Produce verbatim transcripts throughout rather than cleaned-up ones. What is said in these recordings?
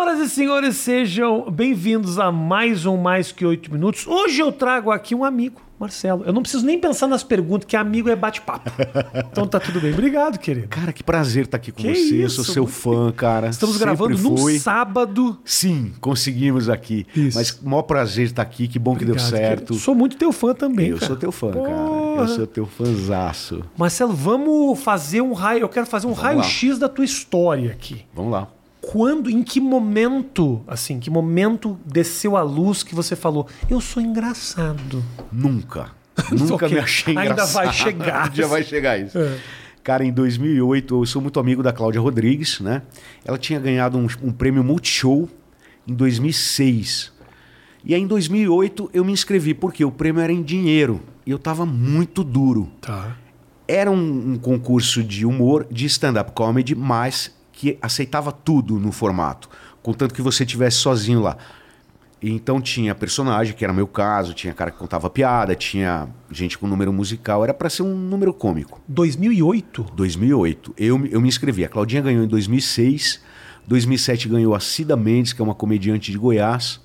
Senhoras e senhores, sejam bem-vindos a mais um Mais Que Oito Minutos. Hoje eu trago aqui um amigo, Marcelo. Eu não preciso nem pensar nas perguntas, que amigo é bate-papo. Então tá tudo bem. Obrigado, querido. Cara, que prazer estar aqui com Que você. isso, Eu sou seu fã, cara. Estamos Sempre gravando num fui. sábado. Sim, conseguimos aqui. Isso. Mas o maior prazer estar aqui. Que bom Obrigado, que deu certo. querido. Sou muito teu fã também, Eu cara. sou teu fã, Porra. cara. Eu sou teu fãzaço. Marcelo, vamos fazer um raio... Eu quero fazer um Vamos raio-x da tua história aqui. Vamos lá. Quando, em que momento, assim, que momento desceu a luz que você falou, eu sou engraçado? Nunca. Nunca Ok. me achei Ainda engraçado. vai chegar. Já vai chegar isso. É. Cara, em dois mil e oito, eu sou muito amigo da Cláudia Rodrigues, né? Ela tinha ganhado um, um prêmio Multishow em dois mil e seis. E aí, em dois mil e oito, eu me inscrevi, porque o prêmio era em dinheiro. E eu tava muito duro. Tá. Era um, um concurso de humor, de stand-up comedy, mas que aceitava tudo no formato, contanto que você estivesse sozinho lá. Então tinha personagem, que era meu caso, tinha cara que contava piada, tinha gente com número musical, era para ser um número cômico. dois mil e oito? dois mil e oito, eu, eu me inscrevi. A Claudinha ganhou em dois mil e seis, dois mil e sete ganhou a Cida Mendes, que é uma comediante de Goiás.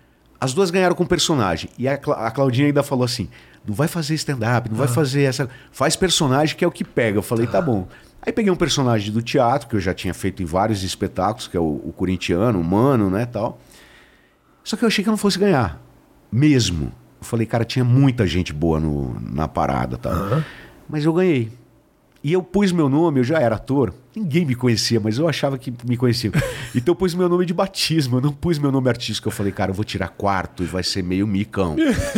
As duas ganharam com personagem. E a, Cla- a Claudinha ainda falou assim, não vai fazer stand-up, não Ah. vai fazer essa... Faz personagem que é o que pega. Eu falei, tá bom. Aí peguei um personagem do teatro, que eu já tinha feito em vários espetáculos, que é o, o corintiano, o Mano, né, tal. Só que eu achei que eu não fosse ganhar. Mesmo. Eu falei, cara, tinha muita gente boa no, na parada, tal. Aham. Mas eu ganhei. E eu pus meu nome, eu já era ator, ninguém me conhecia, mas eu achava que me conheciam. Então eu pus meu nome de batismo, eu não pus meu nome artístico. Eu falei, cara, eu vou tirar quarto e vai ser meio micão.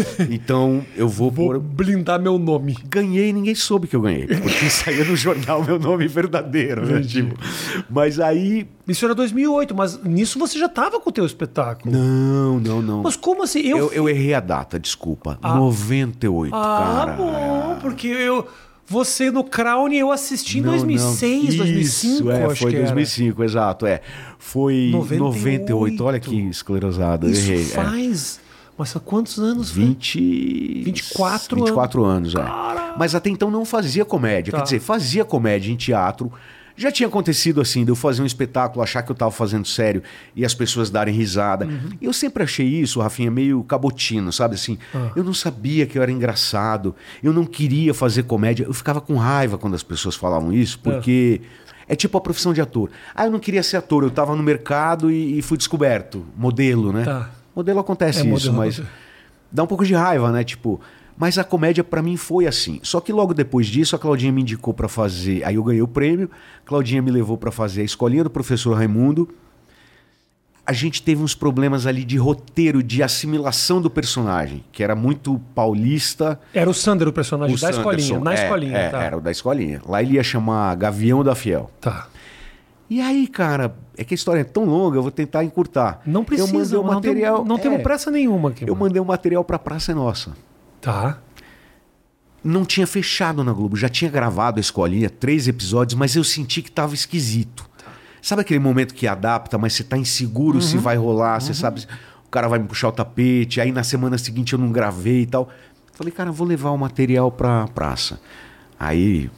Então eu vou, Vou pôr... blindar meu nome. Ganhei e ninguém soube que eu ganhei, porque saía no jornal meu nome verdadeiro, né? Entendi. Tipo, mas aí... Isso era dois mil e oito, mas nisso você já estava com o teu espetáculo. Não, não, não. Mas como assim? Eu, Eu, eu errei a data, desculpa. Ah. noventa e oito, Ah, cara. bom, porque eu... Você no Crown eu assisti em Não, dois mil e seis, não. dois mil e cinco, Isso, é, acho foi que dois mil e era. cinco, exato, é. Foi noventa e oito. noventa e oito, olha que esclerosado, eu Isso errei. faz... Mas há quantos anos? É. foi? vinte... vinte e quatro vinte e quatro anos, é. Cara. Mas até então não fazia comédia, Tá. quer dizer, fazia comédia em teatro. Já tinha acontecido assim, de eu fazer um espetáculo, achar que eu estava fazendo sério e as pessoas darem risada. Uhum. Eu sempre achei isso, Rafinha, meio cabotino, sabe assim? Ah. Eu não sabia que eu era engraçado, eu não queria fazer comédia. Eu ficava com raiva quando as pessoas falavam isso, porque é tipo a profissão de ator. Ah, eu não queria ser ator, eu estava no mercado e, e fui descoberto, modelo, né? Tá. Modelo acontece É, isso, modelo- mas dá um pouco de raiva, né? Tipo, mas a comédia pra mim foi assim. Só que logo depois disso a Claudinha me indicou pra fazer, aí eu ganhei o prêmio, Claudinha me levou pra fazer a Escolinha do Professor Raimundo. A gente teve uns problemas ali de roteiro, de assimilação do personagem, que era muito paulista. Era o Sander o personagem O da escolinha. Sanderson, Na é, escolinha, é, tá. era o da escolinha. Lá ele ia chamar Gavião da Fiel. Tá. E aí, cara, é que a história é tão longa, eu vou tentar encurtar. Não precisa, eu mandei o não material. temos, não é, temos pressa nenhuma aqui. Eu mano. mandei o material pra Praça é Nossa. Tá. Não tinha fechado na Globo, já tinha gravado a Escolinha, três episódios, mas eu senti que tava esquisito. Sabe aquele momento que adapta, mas você tá inseguro se vai rolar, você sabe, o cara vai me puxar o tapete, aí na semana seguinte eu não gravei e tal. Falei, cara, eu vou levar o material pra praça. Aí,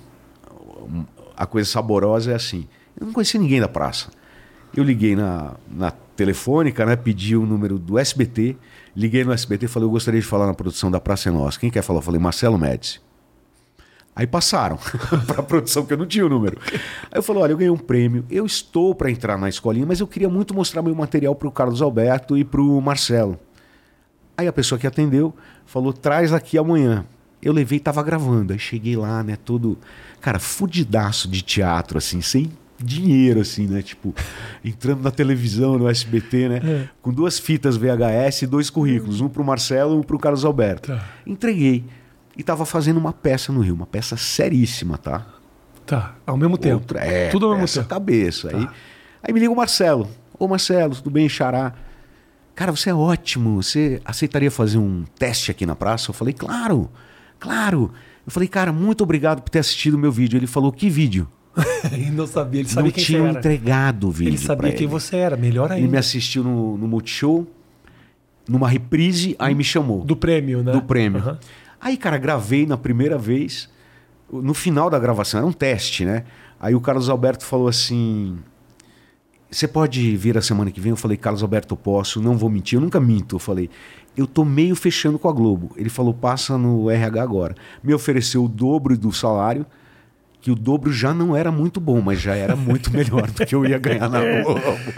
a coisa saborosa é assim, eu não conhecia ninguém da praça. Eu liguei na, na telefônica, né, pedi o número do S B T, liguei no S B T e falei, eu gostaria de falar na produção da Praça é Nossa. Quem quer falar? Eu falei, Marcelo Médici. Aí passaram para a produção, que eu não tinha o número. Aí eu falei, olha, eu ganhei um prêmio, eu estou para entrar na escolinha, mas eu queria muito mostrar meu material para o Carlos Alberto e para o Marcelo. Aí a pessoa que atendeu falou, traz aqui amanhã. Eu levei e estava gravando. Aí cheguei lá, né, todo, cara, fudidaço de teatro, assim, sem dinheiro, assim, né, tipo, entrando na televisão, no S B T, né, É. com duas fitas V H S e dois currículos, um para o Marcelo e um para o Carlos Alberto. Tá. Entreguei. E tava fazendo uma peça no Rio, uma peça seríssima, tá? Tá. Ao mesmo tempo. Outra, é, Tudo ao mesmo essa tempo. cabeça. Tá. Aí, aí me liga o Marcelo. Ô Marcelo, tudo bem, xará? Cara, você é ótimo. Você aceitaria fazer um teste aqui na praça? Eu falei, claro, claro. Eu falei, cara, muito obrigado por ter assistido o meu vídeo. Ele falou, que vídeo? Ele não sabia, ele sabia Não quem tinha você era. entregado o vídeo. Ele pra sabia quem ele. você era, melhor ainda. Ele me assistiu no, no Multishow, numa reprise, aí me chamou. Do prêmio, né? Do prêmio. Aham. Aí, cara, gravei na primeira vez. No final da gravação, era um teste, né? Aí o Carlos Alberto falou assim... você pode vir a semana que vem? Eu falei, Carlos Alberto, eu posso, não vou mentir, eu nunca minto. Eu falei, eu tô meio fechando com a Globo. Ele falou, passa no R H agora. Me ofereceu o dobro do salário, que o dobro já não era muito bom, mas já era muito melhor do que eu ia ganhar na Globo.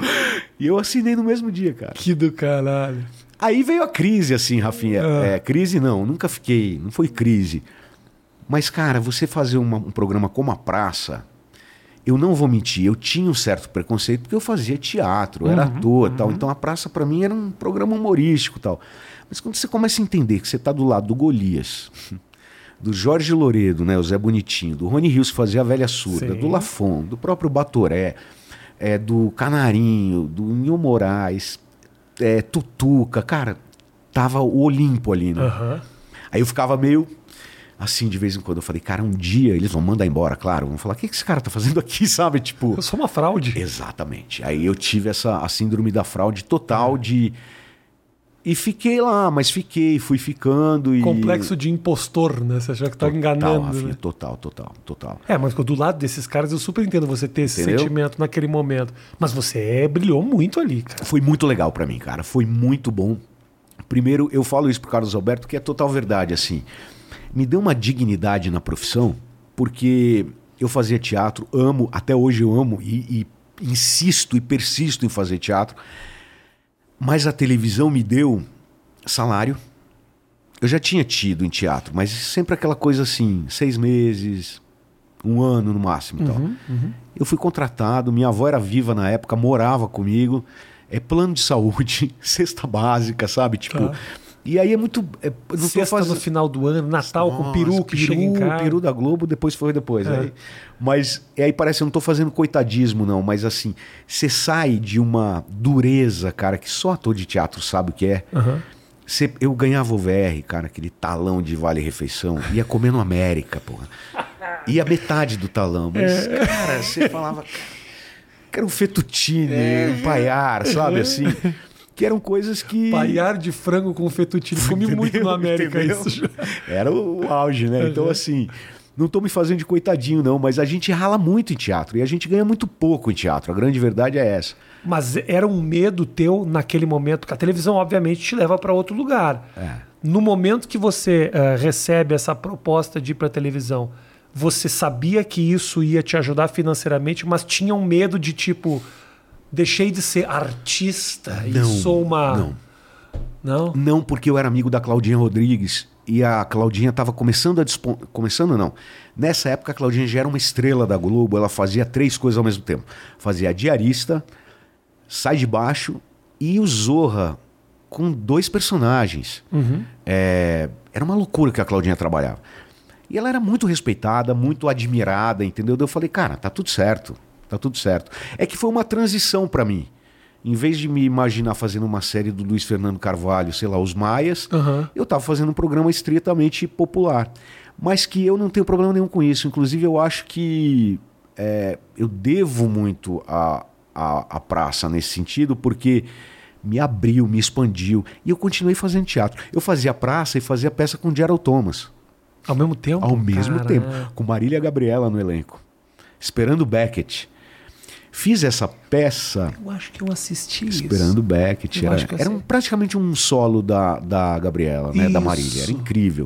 E eu assinei no mesmo dia, cara. Que do caralho. Aí veio a crise, assim, Rafinha. Ah. É, crise não, nunca fiquei, não foi crise. Mas, cara, você fazer uma, um programa como A Praça, eu não vou mentir, eu tinha um certo preconceito porque eu fazia teatro, era uhum, ator e uhum. tal. Então A Praça pra mim era um programa humorístico e tal. Mas quando você começa a entender que você tá do lado do Golias, do Jorge Loredo, né, o Zé Bonitinho, do Rony Rios que fazia A Velha Surda, Sim. do Lafon, do próprio Batoré, é, do Canarinho, do Nil Moraes, é, Tutuca, cara, tava o Olimpo ali, né? Uhum. Aí eu ficava meio assim, de vez em quando. Eu falei, cara, um dia eles vão mandar embora, claro. Vão falar, o que esse cara tá fazendo aqui, sabe? Tipo, eu sou uma fraude. Exatamente. Aí eu tive essa a síndrome da fraude total, é. de... E fiquei lá, mas fiquei, fui ficando e... Complexo de impostor, né? Você achou que tá total, enganando, Rafinha, né? Total, total, total. É, mas do lado desses caras eu super entendo você ter esse Entendeu? sentimento naquele momento. Mas você é, brilhou muito ali, cara. Foi muito legal pra mim, cara. Foi muito bom. Primeiro, eu falo isso pro Carlos Alberto, que é total verdade, assim. Me deu uma dignidade na profissão, porque eu fazia teatro, amo, até hoje eu amo e, e insisto e persisto em fazer teatro. Mas a televisão me deu salário. Eu já tinha tido em teatro, mas sempre aquela coisa assim, seis meses, um ano no máximo. Uhum, tal. Uhum. Eu fui contratado, minha avó era viva na época, morava comigo. É plano de saúde, cesta básica, sabe? Tipo, tá. E aí é muito... É, não Sexta faz... no final do ano, Natal. Nossa, com peru que peru, chega em casa. Peru da Globo, depois foi depois. É. Aí, mas aí parece que eu não tô fazendo coitadismo, não. Mas assim, você sai de uma dureza, cara, que só ator de teatro sabe o que é. Uhum. Cê, eu ganhava o V R, cara, aquele talão de vale-refeição. Ia comer no América, porra. Ia metade do talão. Mas, é. cara, você falava... Quero um fettuccine, é. um paiar, sabe assim... Que eram coisas que... Paiar de frango com fettuccine. Comi muito na América entendeu? Isso. Era o auge, né? Então, assim, não tô me fazendo de coitadinho, não. Mas a gente rala muito em teatro. E a gente ganha muito pouco em teatro. A grande verdade é essa. Mas era um medo teu naquele momento. Que a televisão, obviamente, te leva para outro lugar. É. No momento que você uh, recebe essa proposta de ir para a televisão, você sabia que isso ia te ajudar financeiramente, mas tinha um medo de, tipo... Deixei de ser artista não, e sou uma... Não. Não? Não, porque eu era amigo da Claudinha Rodrigues e a Claudinha estava começando a dispor... Começando não. Nessa época a Claudinha já era uma estrela da Globo, ela fazia três coisas ao mesmo tempo. Fazia a Diarista, Sai de Baixo e o Zorra com dois personagens. Uhum. É... Era uma loucura que a Claudinha trabalhava. E ela era muito respeitada, muito admirada, entendeu? Eu falei, cara, tá tudo certo. Tá tudo certo. É que foi uma transição pra mim. Em vez de me imaginar fazendo uma série do Luiz Fernando Carvalho, sei lá, Os Maias, uhum. eu tava fazendo um programa estritamente popular. Mas que eu não tenho problema nenhum com isso. Inclusive, eu acho que é, eu devo muito à a, a, a praça nesse sentido, porque me abriu, me expandiu. E eu continuei fazendo teatro. Eu fazia praça e fazia peça com Gerald Thomas. Ao mesmo tempo? Ao mesmo Caramba. tempo. Com Marília Gabriela no elenco. Esperando Beckett. Fiz essa peça... Eu acho que eu assisti Esperando isso. Beckett. Era, era um, praticamente um solo da, da Gabriela, né, da Marília. Era incrível.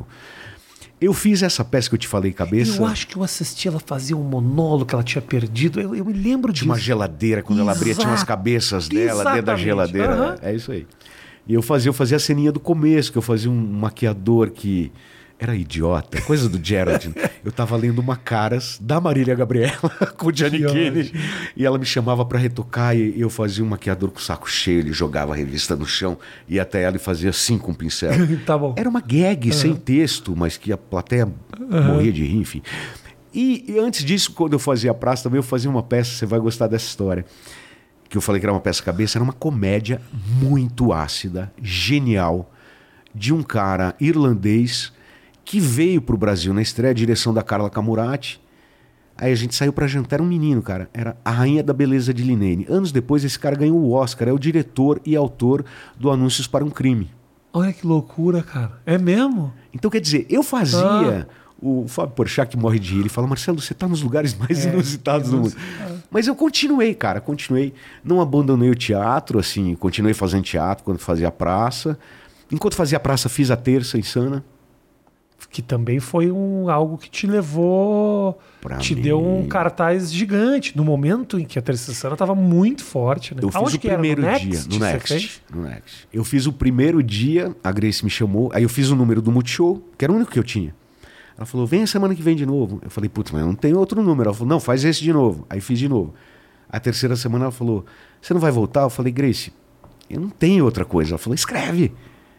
Eu fiz essa peça que eu te falei, Cabeça... Eu acho que eu assisti, ela fazia um monólogo que ela tinha perdido. Eu, eu me lembro disso. Tinha uma geladeira, quando Exato. ela abria, tinha umas cabeças dela Exatamente. dentro da geladeira. Uhum. É, é isso aí. E eu fazia, eu fazia a ceninha do começo, que eu fazia um maquiador que... Era idiota, coisa do Gerald. Eu tava lendo uma caras da Marília Gabriela com o Gianni Kennedy. E ela me chamava pra retocar e eu fazia um maquiador com o saco cheio. Ele jogava a revista no chão, ia até ela e fazia assim com o pincel. Tá bom. Era uma gag, uhum. sem texto, mas que a plateia uhum. morria de rir, enfim. E, e antes disso, quando eu fazia a praça, também eu fazia uma peça, você vai gostar dessa história, que eu falei que era uma peça cabeça, era uma comédia muito ácida, genial, de um cara irlandês que veio pro Brasil na estreia, a direção da Carla Camurati. Aí a gente saiu pra jantar, era um menino, cara. Era A Rainha da Beleza de Linene. Anos depois, esse cara ganhou o Oscar. É o diretor e autor do Anúncios para um Crime. Olha que loucura, cara. É mesmo? Então, quer dizer, eu fazia... Ah. O Fábio Porchat, que morre de rir, ele fala, Marcelo, você tá nos lugares mais é, inusitados do mundo. Mas eu continuei, cara, continuei. Não abandonei o teatro, assim, continuei fazendo teatro quando fazia praça. Enquanto fazia praça, fiz a Terça Insana. Que também foi um, algo que te levou... Pra te mim. deu um cartaz gigante. No momento em que a Terça Insana estava muito forte, né? Eu fiz Aonde o que era? No primeiro Next, dia, no você Next, fez? no Next. Eu fiz o primeiro dia, a Grace me chamou, aí eu fiz o número do Multishow, que era o único que eu tinha. Ela falou, vem a semana que vem de novo. Eu falei, putz, mas eu não tenho outro número. Ela falou, não, faz esse de novo. Aí fiz de novo. A terceira semana ela falou, você não vai voltar? Eu falei, Grace, eu não tenho outra coisa. Ela falou, escreve.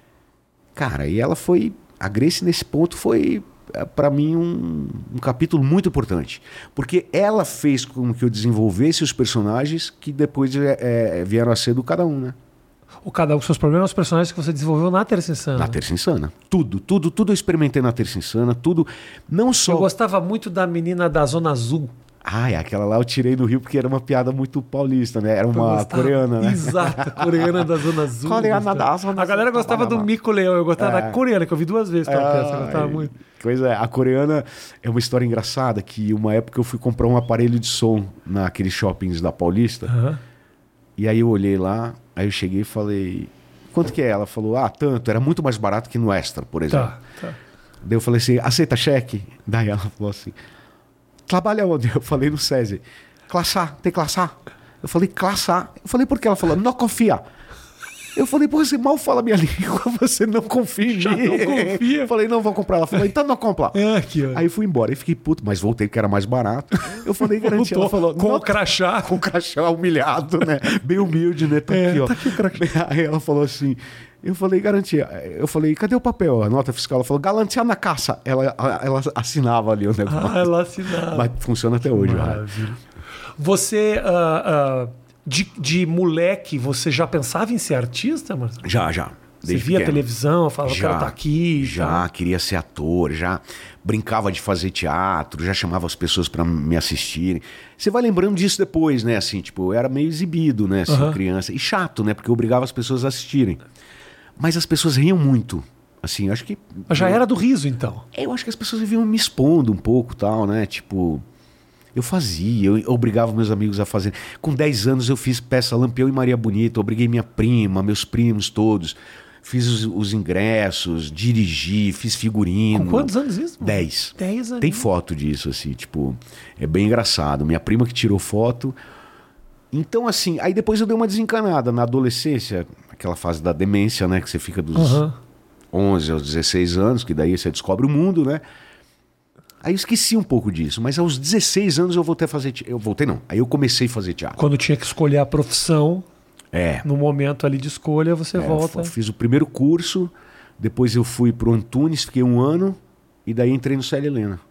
Cara, e ela foi... A Grace, nesse ponto, foi, para mim, um, um capítulo muito importante. Porque ela fez com que eu desenvolvesse os personagens que depois é, é, vieram a ser do cada um, né? O cada um, os seus problemas, os personagens que você desenvolveu na Terça Insana. Na Terça Insana. Tudo, tudo, tudo eu experimentei na Terça Insana, tudo. Não só... Eu gostava muito da menina da Zona Azul. Ai, aquela lá eu tirei no Rio porque era uma piada muito paulista, né? Era uma coreana, né? Exato, coreana da Zona Azul. Coreana da Zona Azul. A galera gostava do Mico Leão, eu gostava É. da coreana, que eu vi duas vezes aquela peça, eu Ai, gostava muito. Pois é, a coreana é uma história engraçada que uma época eu fui comprar um aparelho de som naqueles shoppings da Paulista. Aham. E aí eu olhei lá, aí eu cheguei e falei, quanto que é? Ela falou, ah, tanto, era muito mais barato que no Extra, por exemplo. Tá, tá. Daí eu falei assim, aceita cheque? Daí ela falou assim, trabalha onde? Eu falei no SESI. Classe A, tem classe A? Eu falei, classe A. Eu falei, por que? Ela falou, não confia. Eu falei, pô, você mal fala minha língua, você não confia em mim. Já não confia? Eu falei, não, vou comprar. Ela falou, então não compra. É aqui, ó. Aí fui embora, aí fiquei puto, mas voltei porque era mais barato. Eu falei, garantia. Ela Voltou falou, com não, o crachá. com o crachá humilhado, né? Bem humilde, né? Tá É, aqui, ó. tá aqui o crachá. Aí ela falou assim, eu falei, garantia. Eu falei, cadê o papel? A nota fiscal. Ela falou, garantia na caça. Ela, ela assinava ali o negócio. Ah, ela assinava. Mas funciona até hoje. Né? Maravilha. Você, ah, ah, de, de moleque, você já pensava em ser artista, Marcelo? Já, já. Você via pequeno. televisão, falava, eu quero estar aqui. Já, tá. queria ser ator, já brincava de fazer teatro, já chamava as pessoas para me assistirem. Você vai lembrando disso depois, né? Assim, tipo, eu era meio exibido, né? Assim, Uhum. criança. E chato, né? Porque eu obrigava as pessoas a assistirem. Mas as pessoas riam muito. Assim, eu acho que... Mas já era do riso, então. Eu acho que as pessoas viviam me expondo um pouco, tal, né? Tipo... Eu fazia, eu obrigava meus amigos a fazer. Com dez anos eu fiz peça Lampião e Maria Bonita, obriguei minha prima, meus primos todos. Fiz os, os ingressos, dirigi, fiz figurino. Com quantos anos isso? Dez. Dez anos. Tem foto disso, assim, tipo... É bem engraçado. Minha prima que tirou foto. Então, assim, aí depois eu dei uma desencanada. Na adolescência, aquela fase da demência, né? Que você fica dos Uhum. onze aos dezesseis anos, que daí você descobre o mundo, né? Aí eu esqueci um pouco disso, mas aos dezesseis anos eu voltei a fazer teatro. Eu voltei não, aí eu comecei a fazer teatro. Quando tinha que escolher a profissão, É, no momento ali de escolha, você é, volta. eu fiz o primeiro curso, depois eu fui pro Antunes, fiquei um ano, e daí entrei no Célia Helena.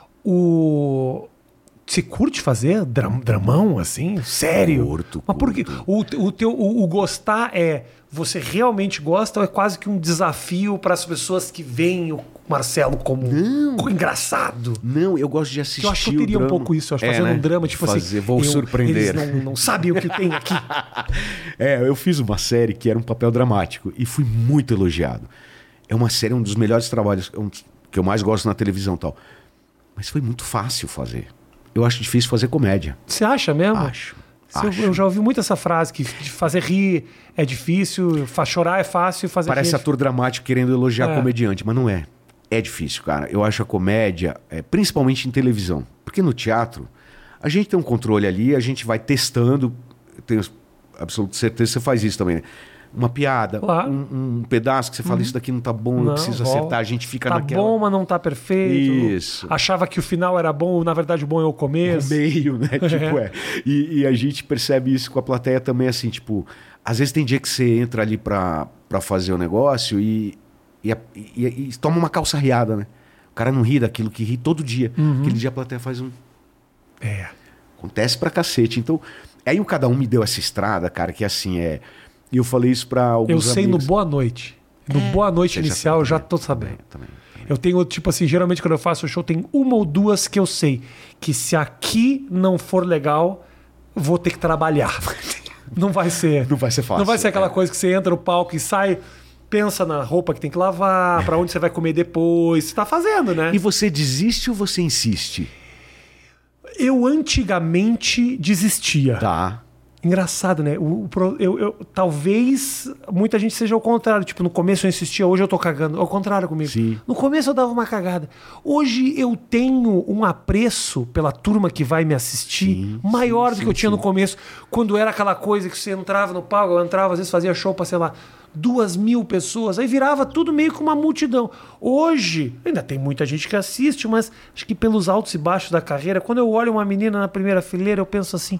O... Você curte fazer dram, dramão, assim? Sério? Curto, Mas por quê? curto. O, o, teu, o, o gostar é... Você realmente gosta ou é quase que um desafio para as pessoas que veem o Marcelo como, como engraçado? Não, eu gosto de assistir Que eu acho que eu teria o um drama. pouco isso. Eu acho É, fazendo né? um drama, tipo Fazer, assim... vou eu- surpreender. Eles não, não sabem o que tem aqui. É, eu fiz uma série que era um papel dramático e fui muito elogiado. É uma série, um dos melhores trabalhos um dos- que eu mais gosto na televisão e tal. Mas foi muito fácil fazer. Eu acho difícil fazer comédia. Você acha mesmo? Acho. Se eu, acho. eu já ouvi muito essa frase, que de fazer rir é difícil, fa- chorar é fácil, fazer Parece rir é ator dramático querendo elogiar É. comediante, mas não é. É difícil, cara. Eu acho a comédia, é, principalmente em televisão. Porque no teatro, a gente tem um controle ali, a gente vai testando. Eu tenho absoluta certeza que você faz isso também, né? Uma piada, Claro. um, um pedaço que você fala, isso daqui não tá bom, eu Não, preciso volta. acertar. A gente fica Tá naquela... bom, mas não tá perfeito. Isso. Achava que o final era bom, na verdade o bom é o No começo. meio, né? Tipo, é. E, e a gente percebe isso com a plateia também, assim, tipo... Às vezes tem dia que você entra ali pra, pra fazer o negócio e, e, a- e- e toma uma calça riada, né? O cara não ri daquilo que ri todo dia. Uhum. Aquele dia a plateia faz um... É. Acontece pra cacete. Então, aí o Cada Um me deu essa estrada, cara, que assim, é... E eu falei isso pra alguns Eu sei amigos. no Boa Noite. No Boa Noite Você já inicial sabe eu já também, tô sabendo. Também, também. Eu tenho, tipo assim, geralmente quando eu faço o show, tem uma ou duas que eu sei que se aqui não for legal, vou ter que trabalhar. Não vai ser. Não vai ser fácil. Não vai ser aquela é. coisa que você entra no palco e sai, pensa na roupa que tem que lavar, pra onde você vai comer depois. Você tá fazendo, né? E você desiste ou você insiste? Eu antigamente desistia. Tá. Engraçado, né? O, o, eu, eu, talvez muita gente seja ao contrário. Tipo, no começo eu insistia, hoje eu tô cagando. Ao contrário comigo. Sim. No começo eu dava uma cagada. Hoje eu tenho um apreço pela turma que vai me assistir sim, maior sim, do que eu tinha sim. no começo. Quando era aquela coisa que você entrava no palco, eu entrava, às vezes fazia show pra, sei lá, duas mil pessoas. Aí virava tudo meio que uma multidão. Hoje, ainda tem muita gente que assiste, mas acho que pelos altos e baixos da carreira, quando eu olho uma menina na primeira fileira, eu penso assim...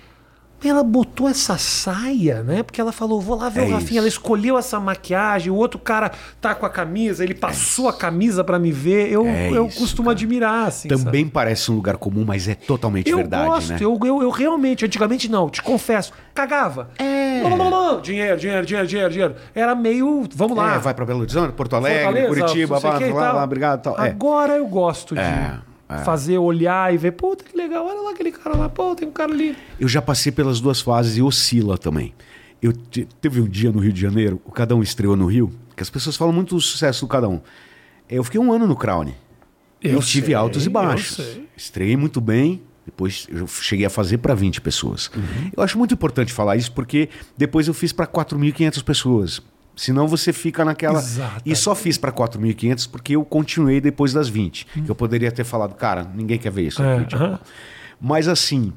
Ela botou essa saia, né? Porque ela falou, vou lá ver é o Rafinha. Isso. Ela escolheu essa maquiagem, o outro cara tá com a camisa, ele passou é a camisa pra me ver. Eu, é eu isso, costumo cara. admirar, assim. Também sabe? Parece um lugar comum, mas é totalmente eu verdade, gosto, né? Eu, eu, eu realmente, antigamente não, te confesso, cagava. É. Não, não, não, dinheiro, dinheiro, dinheiro, dinheiro, dinheiro. Era meio, vamos lá. É, vai pra Belo Horizonte, Porto Alegre, Curitiba, vai lá, lá, obrigado. Tal. Agora é. eu gosto de... É. É. Fazer, olhar e ver, puta que legal, olha lá aquele cara lá, pô, tem um cara ali. Eu já passei pelas duas fases e oscila também. Eu te, teve um dia no Rio de Janeiro, o Cada Um estreou no Rio, que as pessoas falam muito do sucesso do Cada Um. Eu fiquei um ano no Crown. Eu, eu tive sei, altos e baixos. Estreiei muito bem, depois eu cheguei a fazer para vinte pessoas. Uhum. Eu acho muito importante falar isso porque depois eu fiz para quatro mil e quinhentas pessoas. Senão você fica naquela... Exato. E só fiz para quatro mil e quinhentos porque eu continuei depois das vinte. Hum. Que eu poderia ter falado, cara, ninguém quer ver isso aqui. É, tipo. uh-huh. Mas assim,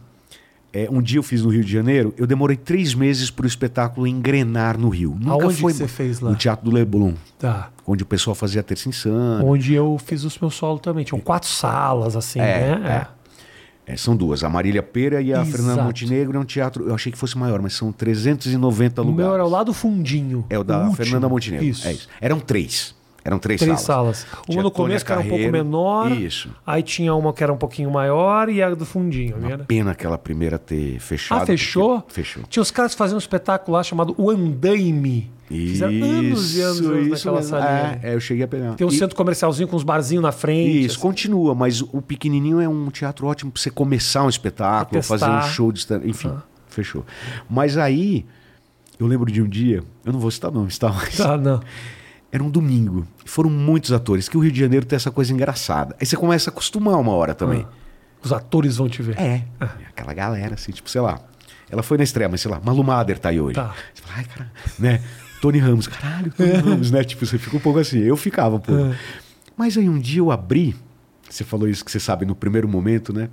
é, um dia eu fiz no Rio de Janeiro, eu demorei três meses para o espetáculo engrenar no Rio. Nunca Aonde foi que você fez lá? No Teatro do Leblon. Tá. Onde o pessoal fazia Terça Insana. Onde eu fiz os meus solos também. Tinham quatro salas, assim, é, né? É. É, são duas, a Marília Pêra e a Exato. Fernanda Montenegro. É um teatro, eu achei que fosse maior, mas são trezentos e noventa lugares. O meu era o lado fundinho. É o da o Fernanda Montenegro. Isso. É isso. Eram três. Eram três, três salas. salas. Uma no começo que era um pouco menor. Isso. Aí tinha uma que era um pouquinho maior e a do fundinho. Uma era? pena aquela primeira ter fechado. Ah, fechou? Fechou. Tinha os caras que faziam um espetáculo lá chamado O Andaime. Fizeram isso, anos e anos, anos isso naquela mesmo. salinha. É, é, eu cheguei a pegar. Tem um e... centro comercialzinho com uns barzinhos na frente. Isso, assim. Continua, mas o pequenininho é um teatro ótimo para você começar um espetáculo, fazer um show de stand... Enfim, ah. fechou. Mas aí, eu lembro de um dia, eu não vou citar nomes, tá? Mas... Ah, não. Era um domingo. Foram muitos atores, que o Rio de Janeiro tem essa coisa engraçada. Aí você começa a acostumar uma hora também. Ah. Os atores vão te ver. É, ah. aquela galera assim, tipo, sei lá. Ela foi na estreia, mas sei lá, Malu Mader tá aí hoje. Tá. Você fala, ai, cara, né? Tony Ramos, caralho, Tony Ramos, né? Tipo, você fica um pouco assim. Eu ficava, pô. É. Mas aí um dia eu abri, você falou isso que você sabe no primeiro momento, né?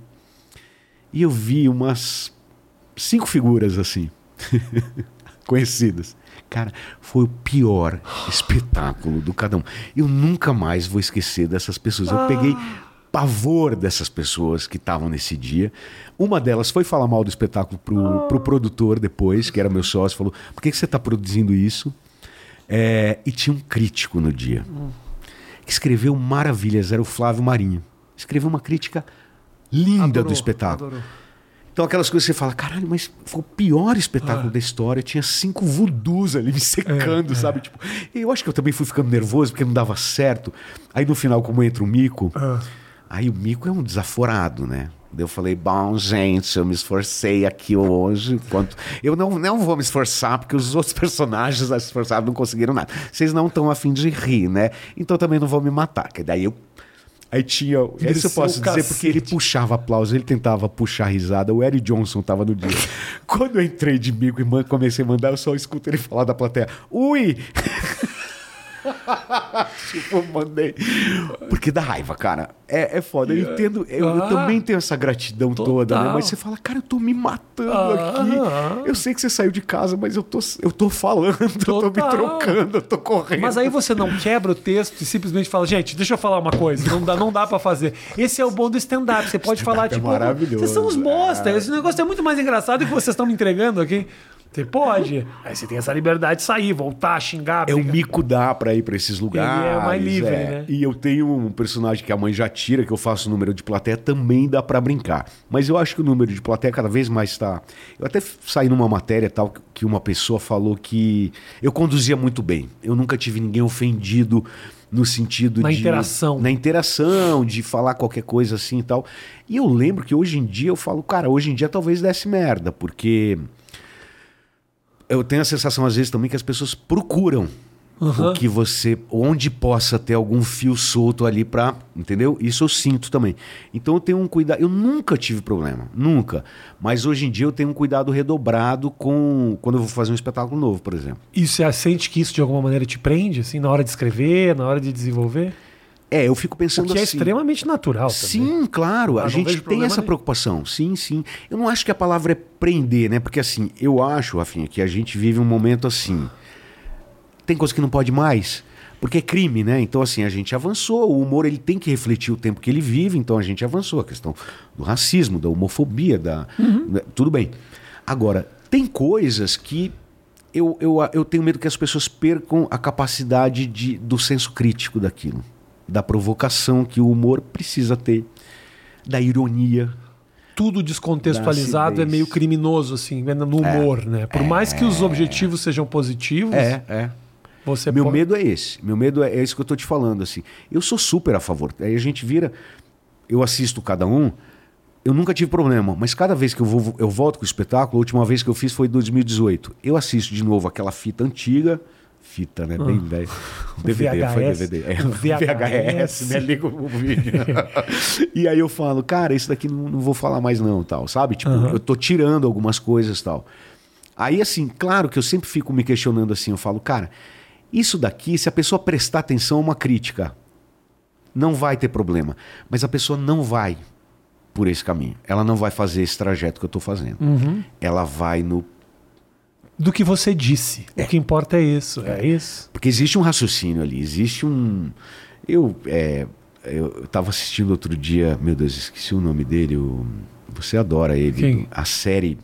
E eu vi umas cinco figuras assim, conhecidas. Cara, foi o pior espetáculo do Cada Um. Eu nunca mais vou esquecer dessas pessoas. Eu ah. peguei pavor dessas pessoas que estavam nesse dia. Uma delas foi falar mal do espetáculo pro, oh. pro produtor depois, que era meu sócio, falou, por que, que você está produzindo isso? É, e tinha um crítico no dia, hum. que escreveu maravilhas, era o Flávio Marinho. Escreveu uma crítica linda adorou, do espetáculo. Adorou. Então aquelas coisas que você fala, caralho, mas foi o pior espetáculo ah. da história, tinha cinco voodoos ali me secando, é, sabe? É. Tipo, eu acho que eu também fui ficando nervoso porque não dava certo. Aí no final, como entra o Mico... Ah. Aí o Mico é um desaforado, né? Eu falei, bom, gente, eu me esforcei aqui hoje. Quanto... Eu não, não vou me esforçar, porque os outros personagens se esforçaram, não conseguiram nada. Vocês não estão a fim de rir, né? Então também não vou me matar. Que daí eu... Aí tinha... Isso eu posso dizer, porque ele puxava aplauso, ele tentava puxar risada. O Eric Johnson estava no dia. Quando eu entrei de Mico e comecei a mandar, eu só escuto ele falar da plateia. Ui! Tipo, mandei. Porque dá raiva, cara. É, é foda. Eu entendo. Eu, ah, eu também tenho essa gratidão total. toda, né? Mas você fala, cara, eu tô me matando ah, aqui. Ah, eu sei que você saiu de casa, mas eu tô, eu tô falando, total. eu tô me trocando, eu tô correndo. Mas aí você não quebra o texto e simplesmente fala, gente, deixa eu falar uma coisa. Não dá, não dá pra fazer. Esse é o bom do stand-up. Você pode falar, é tipo, maravilhoso. Vocês são uns bosta. Esse negócio é muito mais engraçado do que vocês estão me entregando aqui. Você pode. Aí você tem essa liberdade de sair, voltar, xingar. É o Mico dá pra ir pra esses lugares. Ele é mais livre, é. né? E eu tenho um personagem que a mãe já tira, que eu faço o número de plateia, também dá pra brincar. Mas eu acho que o número de plateia cada vez mais tá... Eu até saí numa matéria tal que uma pessoa falou que eu conduzia muito bem. Eu nunca tive ninguém ofendido no sentido na de... Na interação. Na interação, de falar qualquer coisa assim e tal. E eu lembro que hoje em dia eu falo, cara, hoje em dia talvez desse merda, porque... Eu tenho a sensação, às vezes, também que as pessoas procuram Uhum. O que você, onde possa ter algum fio solto ali pra, entendeu? Isso eu sinto também. Então eu tenho um cuidado, eu nunca tive problema, nunca. Mas hoje em dia eu tenho um cuidado redobrado com quando eu vou fazer um espetáculo novo, por exemplo. E você sente que isso de alguma maneira te prende, assim, na hora de escrever, na hora de desenvolver? É, eu fico pensando assim... O que é extremamente natural também. Sim, claro, Ah, a gente tem essa nem. preocupação, sim, sim. Eu não acho que a palavra é prender, né? Porque assim, eu acho, Rafinha, que a gente vive um momento assim... Tem coisa que não pode mais, porque é crime, né? Então, assim, a gente avançou. O humor ele tem que refletir o tempo que ele vive, então a gente avançou. A questão do racismo, da homofobia, da... Uhum. Tudo bem. Agora, tem coisas que eu, eu, eu tenho medo que as pessoas percam a capacidade de, do senso crítico daquilo, da provocação que o humor precisa ter, da ironia. Tudo descontextualizado é meio criminoso, assim, no humor, é, né? Por é, mais que os objetivos sejam positivos... É, é. Você Meu pode... medo é esse. Meu medo é, é isso que eu tô te falando, assim. Eu sou super a favor. Aí a gente vira... Eu assisto cada um, eu nunca tive problema, mas cada vez que eu, vou, eu volto com o espetáculo, a última vez que eu fiz foi em dois mil e dezoito. Eu assisto de novo aquela fita antiga... Fita, né? Bem ah. velho. D V D, V H S. foi D V D. É, V H S, né? Liga o vídeo. E aí eu falo, cara, isso daqui não, não vou falar mais não, tal, sabe? Tipo, uhum. eu tô tirando algumas coisas, tal. Aí, assim, claro que eu sempre fico me questionando assim, eu falo, cara, isso daqui, se a pessoa prestar atenção a uma crítica, não vai ter problema. Mas a pessoa não vai por esse caminho. Ela não vai fazer esse trajeto que eu tô fazendo. Uhum. Ela vai no do que você disse. É. O que importa é isso. É. é isso. Porque existe um raciocínio ali, existe um... Eu é, eu estava assistindo outro dia, meu Deus, esqueci o nome dele, o... você adora ele, Quem? A série...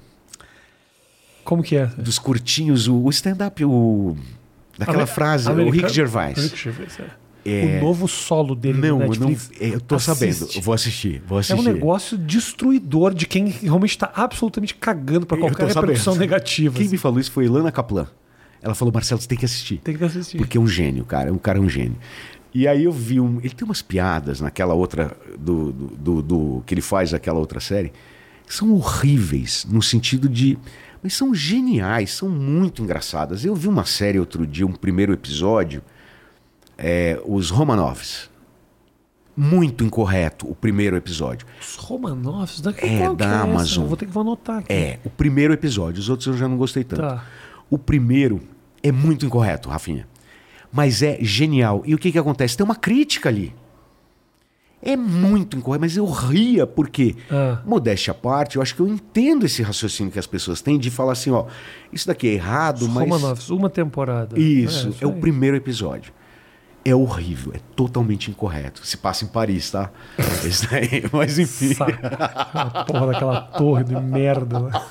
Como que é? Dos curtinhos, o, o stand-up, o... daquela Amer... frase, Americano? O Rick Gervais. Rick Gervais, é. É... O novo solo dele não, no Netflix. Não, eu tô Assiste. sabendo, eu vou assistir, vou assistir. É um negócio destruidor de quem realmente está absolutamente cagando para qualquer repercussão negativa. Quem assim. me falou isso foi Ilana Kaplan. Ela falou, Marcelo, você tem que assistir. Tem que assistir. Porque é um gênio, cara. O cara é um gênio. E aí eu vi um... Ele tem umas piadas naquela outra... Do, do, do, do que ele faz naquela outra série. Que são horríveis, no sentido de... Mas são geniais, são muito engraçadas. Eu vi uma série outro dia, um primeiro episódio... É, os Romanovs. Muito incorreto o primeiro episódio. Os Romanovs? Da, que é, da é Amazon. Eu vou ter que anotar aqui. É, o primeiro episódio. Os outros eu já não gostei tanto. Tá. O primeiro é muito incorreto, Rafinha. Mas é genial. E o que que acontece? Tem uma crítica ali. É muito incorreto, mas eu ria porque, ah. modéstia à parte, eu acho que eu entendo esse raciocínio que as pessoas têm de falar assim, ó, isso daqui é errado, os mas... Romanovs, uma temporada. Isso, é, isso é o primeiro episódio. É horrível, é totalmente incorreto. Se passa em Paris, tá? Esse daí, mas enfim. Saco. A porra daquela torre de merda lá.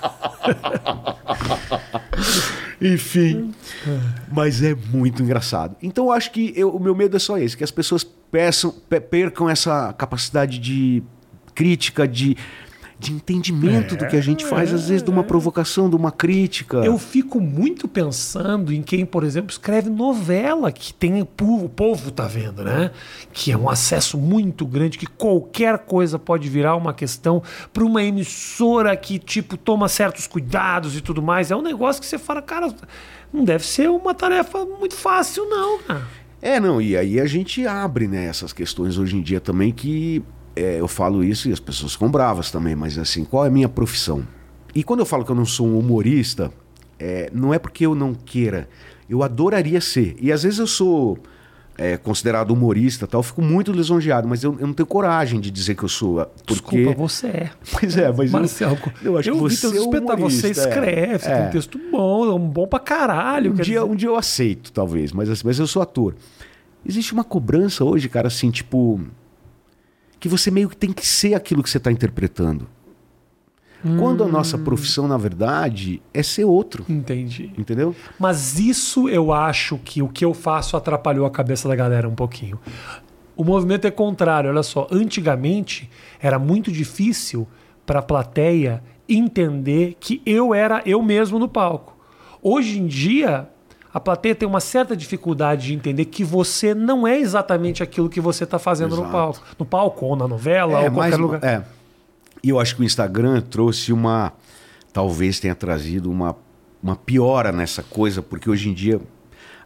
Enfim. Mas é muito engraçado. Então eu acho que eu, o meu medo é só esse, que as pessoas peçam, percam essa capacidade de crítica, de... de entendimento é, do que a gente faz, é, às vezes de uma provocação, de uma crítica. Eu fico muito pensando em quem, por exemplo, escreve novela, que tem o povo tá vendo, né? Que é um acesso muito grande, que qualquer coisa pode virar uma questão para uma emissora que, tipo, toma certos cuidados e tudo mais. É um negócio que você fala, cara, não deve ser uma tarefa muito fácil, não, cara. É, não, e aí a gente abre, né, essas questões hoje em dia também que... É, eu falo isso e as pessoas ficam bravas também, mas assim, qual é a minha profissão? E quando eu falo que eu não sou um humorista, é, não é porque eu não queira, eu adoraria ser. E às vezes eu sou é, considerado humorista, tal, eu fico muito lisonjeado, mas eu, eu não tenho coragem de dizer que eu sou. Porque... Desculpa, você é. Pois é, mas Marcelo, eu, eu acho eu que você é humorista. Você escreve, você é. tem um texto bom, é um bom pra caralho. Um dia, dizer... um dia eu aceito, talvez, mas, assim, mas eu sou ator. Existe uma cobrança hoje, cara, assim, tipo... que você meio que tem que ser aquilo que você está interpretando. Hum. Quando a nossa profissão, na verdade, é ser outro. Entendi. Entendeu? Mas isso eu acho que o que eu faço atrapalhou a cabeça da galera um pouquinho. O movimento é contrário, olha só. Antigamente, era muito difícil para a plateia entender que eu era eu mesmo no palco. Hoje em dia... a plateia tem uma certa dificuldade de entender que você não é exatamente aquilo que você está fazendo Exato. no palco. No palco, ou na novela, é, ou em qualquer lugar. É. E eu acho que o Instagram trouxe uma... talvez tenha trazido uma, uma piora nessa coisa, porque hoje em dia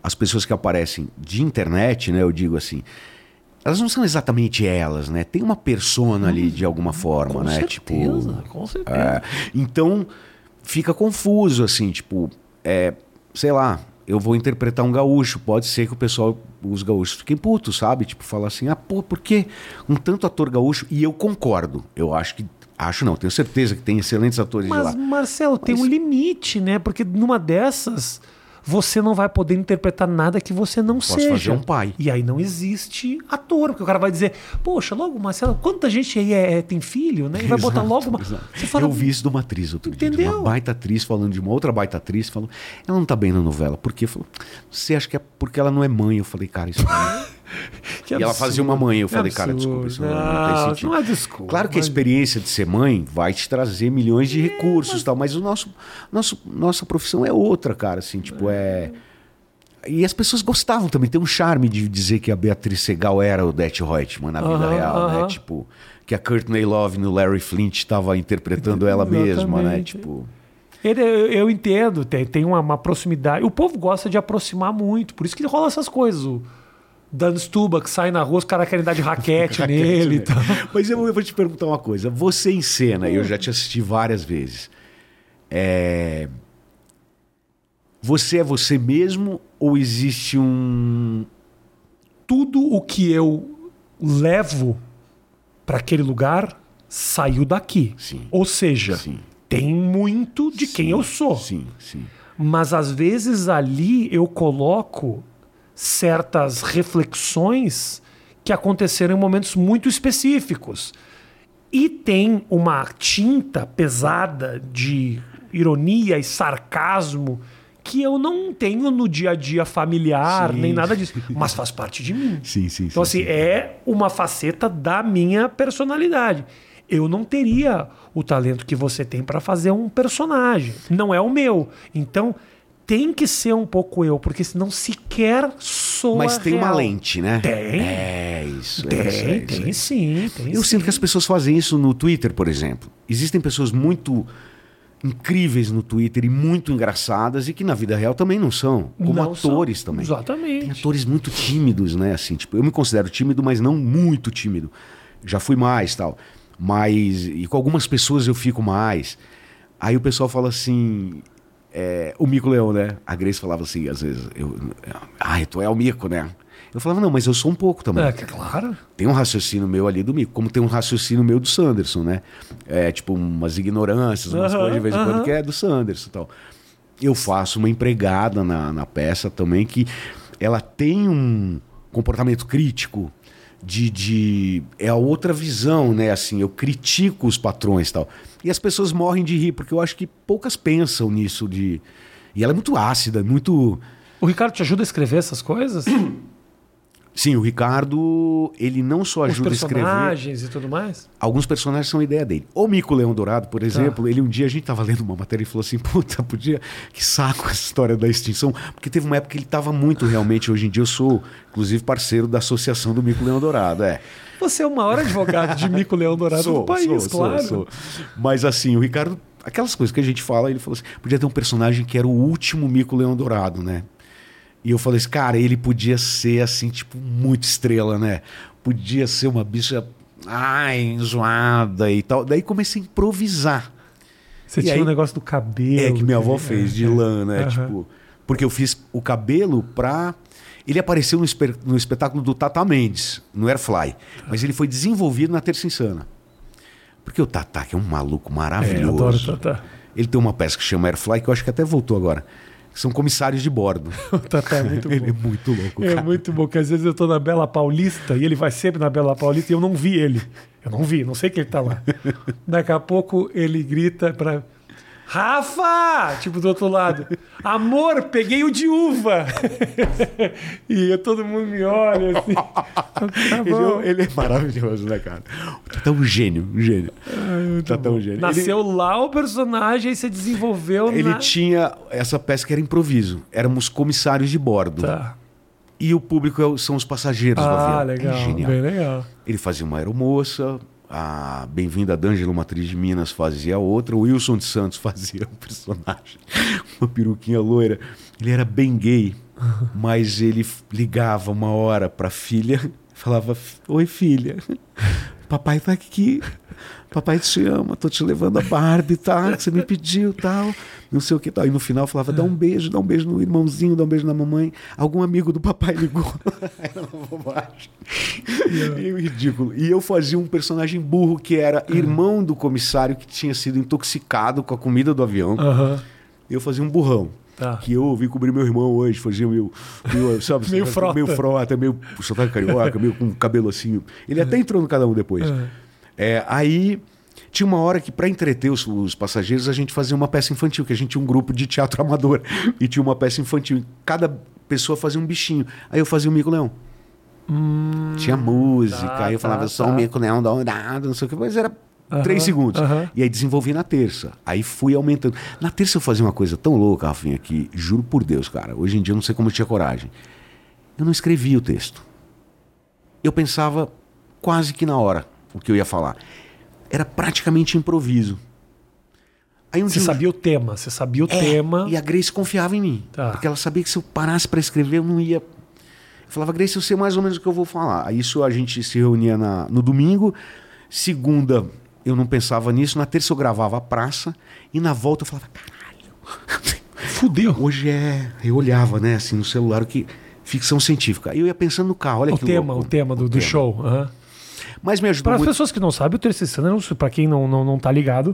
as pessoas que aparecem de internet, né? Eu digo assim, elas não são exatamente elas, né? Tem uma persona ali de alguma forma, com né? Certeza, tipo, com certeza. É, então fica confuso, assim, tipo, é, sei lá, eu vou interpretar um gaúcho, pode ser que o pessoal, os gaúchos fiquem putos, sabe? Tipo, falar assim, ah, pô, por que um tanto ator gaúcho? E eu concordo, eu acho que, acho não, tenho certeza que tem excelentes atores Mas, de lá. Marcelo, Mas... tem um limite, né? Porque numa dessas, você não vai poder interpretar nada que você não Posso seja. fazer um pai. E aí não existe ator, porque o cara vai dizer, poxa, logo, Marcelo, quanta gente aí é, é, tem filho, né? E vai Exato, botar logo uma... Você fala, eu vi isso de uma atriz outro Entendeu? dia, de uma baita atriz falando de uma outra baita atriz, falou, ela não tá bem na novela. Por quê? Falou, você acha que é porque ela não é mãe? Eu falei, cara, isso não é... E ela fazia uma mãe, eu falei, cara, desculpa, isso não, não, não tem sentido. Não é desculpa. Claro que a experiência de ser mãe vai te trazer milhões de recursos, é, mas... tal, mas o nosso, nosso, nossa profissão é outra, cara, assim, tipo, é... E as pessoas gostavam também, tem um charme de dizer que a Beatriz Segal era o Odette Reutemann na vida uh-huh, real, uh-huh. né? Tipo, que a Courtney Love no Larry Flint estava interpretando ela mesma, né? Tipo... Ele, eu, eu entendo, tem, tem uma, uma proximidade. O povo gosta de aproximar muito, por isso que rola essas coisas. O Dan Stubach sai na rua, os caras querem dar de raquete nele e tal. Mas eu, eu vou te perguntar uma coisa. Você em cena, eu já te assisti várias vezes. É... Você é você mesmo ou existe um... Tudo o que eu levo para aquele lugar saiu daqui. Sim. Ou seja, sim. tem muito de sim. quem eu sou. Sim, sim. Mas às vezes ali eu coloco certas reflexões que aconteceram em momentos muito específicos. E tem uma tinta pesada de ironia e sarcasmo que eu não tenho no dia a dia familiar, sim. nem nada disso. Mas faz parte de mim. Sim, sim, então, sim, assim, sim. é uma faceta da minha personalidade. Eu não teria o talento que você tem para fazer um personagem. Não é o meu. Então, tem que ser um pouco eu, porque senão sequer soa Mas tem real. uma lente, né? Tem. É isso. Tem, é isso, é isso, tem é. sim. Tem eu sim. sinto que as pessoas fazem isso no Twitter, por exemplo. Existem pessoas muito incríveis no Twitter e muito engraçadas e que na vida real também não são, como não atores são. também. Exatamente. Tem atores muito tímidos, né? Assim, tipo, eu me considero tímido, mas não muito tímido. Já fui mais, tal. Mas e com algumas pessoas eu fico mais. Aí o pessoal fala assim, é, o Mico Leão, né? A Grace falava assim, às vezes, eu, ah, tu é o Mico, né? Eu falava, não, mas eu sou um pouco também. É, claro. Tem um raciocínio meu ali do Mico, como tem um raciocínio meu do Sanderson, né? É, tipo, umas ignorâncias, umas uh-huh, coisas de vez em uh-huh. quando que é do Sanderson e tal. Eu faço uma empregada na, na peça também que ela tem um comportamento crítico de, de... É a outra visão, né? Assim, eu critico os patrões e tal. E as pessoas morrem de rir, porque eu acho que poucas pensam nisso de... E ela é muito ácida, muito... O Ricardo te ajuda a escrever essas coisas? Sim, o Ricardo, ele não só ajuda a escrever... Os personagens e tudo mais? Alguns personagens são ideia dele. O Mico Leão Dourado, por exemplo, tá. ele um dia, a gente estava lendo uma matéria e falou assim, puta, podia... Que saco essa história da extinção. Porque teve uma época que ele estava muito realmente... Hoje em dia eu sou, inclusive, parceiro da Associação do Mico Leão Dourado, é. Você é o maior advogado de Mico Leão Dourado sou, do país, sou, claro. Sou, sou. Mas assim, o Ricardo... Aquelas coisas que a gente fala, ele falou assim, podia ter um personagem que era o último Mico Leão Dourado, né? E eu falei assim, cara, ele podia ser assim, tipo, muito estrela, né? Podia ser uma bicha, ai, zoada e tal. Daí comecei a improvisar. Você e tinha aí, um negócio do cabelo. É, que minha avó é, fez, de é, lã, né? Uhum. Tipo, porque eu fiz o cabelo pra... Ele apareceu no, espe... no espetáculo do Tata Mendes, no Airfly. Mas ele foi desenvolvido na Terça Insana. Porque o Tata, que é um maluco maravilhoso. É, eu adoro o Tata. Ele tem uma peça que chama Airfly, que eu acho que até voltou agora. São comissários de bordo. O Tata é muito bom. Ele é muito louco, é cara. É muito bom, porque às vezes eu tô na Bela Paulista e ele vai sempre na Bela Paulista e eu não vi ele. Eu não vi, não sei que ele tá lá. Daqui a pouco ele grita pra... Rafa! Tipo, do outro lado. Amor, peguei o de uva. E eu, todo mundo me olha assim. Tá ele, ele é maravilhoso, né, cara? O Tata é um gênio, um gênio. Ai, Tata é um gênio. Nasceu ele, lá o personagem e você desenvolveu Ele na... tinha essa peça que era improviso. Éramos comissários de bordo. Tá. E o público são os passageiros ah, do avião. Ah, legal. É genial. Bem legal. Ele fazia uma aeromoça, a Bem-vinda D'Angelo, uma atriz de Minas, fazia outra. O Wilson de Santos fazia um personagem, uma peruquinha loira. Ele era bem gay, mas ele ligava uma hora pra filha, falava: oi, filha, papai tá aqui, papai te ama, tô te levando a Barbie, tá? Que você me pediu, tal, não sei o que tal. E no final falava: dá um beijo, dá um beijo no irmãozinho, dá um beijo na mamãe. Algum amigo do papai ligou. Era uma bobagem. Meio ridículo. E eu fazia um personagem burro que era irmão do comissário que tinha sido intoxicado com a comida do avião. Uhum. Eu fazia um burrão. Tá. Que eu vim cobrir meu irmão hoje, fazia meio, meio, sabe, meio frota, meio frota, meio sotaque carioca, meio com cabelo assim. Ele até entrou no Cada Um depois. Uhum. É, aí tinha uma hora que, para entreter os, os passageiros, a gente fazia uma peça infantil, que a gente tinha um grupo de teatro amador e tinha uma peça infantil. Cada pessoa fazia um bichinho. Aí eu fazia o Mico-Leão. Hum, tinha música, tá, aí eu falava: tá, só o tá. Mico-Leão dourado, não sei o que, mas era Uhum, Três segundos. Uhum. E aí desenvolvi na terça. Aí fui aumentando. Na terça eu fazia uma coisa tão louca, Rafinha, que juro por Deus, cara, hoje em dia eu não sei como eu tinha coragem. Eu não escrevia o texto. Eu pensava quase que na hora o que eu ia falar. Era praticamente improviso. Aí um você dia, sabia o tema, você sabia o é, tema. E a Grace confiava em mim. Tá. Porque ela sabia que se eu parasse para escrever, eu não ia... Eu falava: Grace, eu sei mais ou menos o que eu vou falar. Aí isso a gente se reunia na, no domingo. Segunda... eu não pensava nisso. Na terça eu gravava a praça. E na volta eu falava: caralho, fudeu. Hoje é... Eu olhava, né, assim, no celular, o que... ficção científica. Aí eu ia pensando no carro. Olha o que tema, louco. O tema do, o do tema. show. Uhum. Mas me ajudou Para as muito... pessoas que não sabem, o Terceira Insana, para quem não, não, não tá ligado,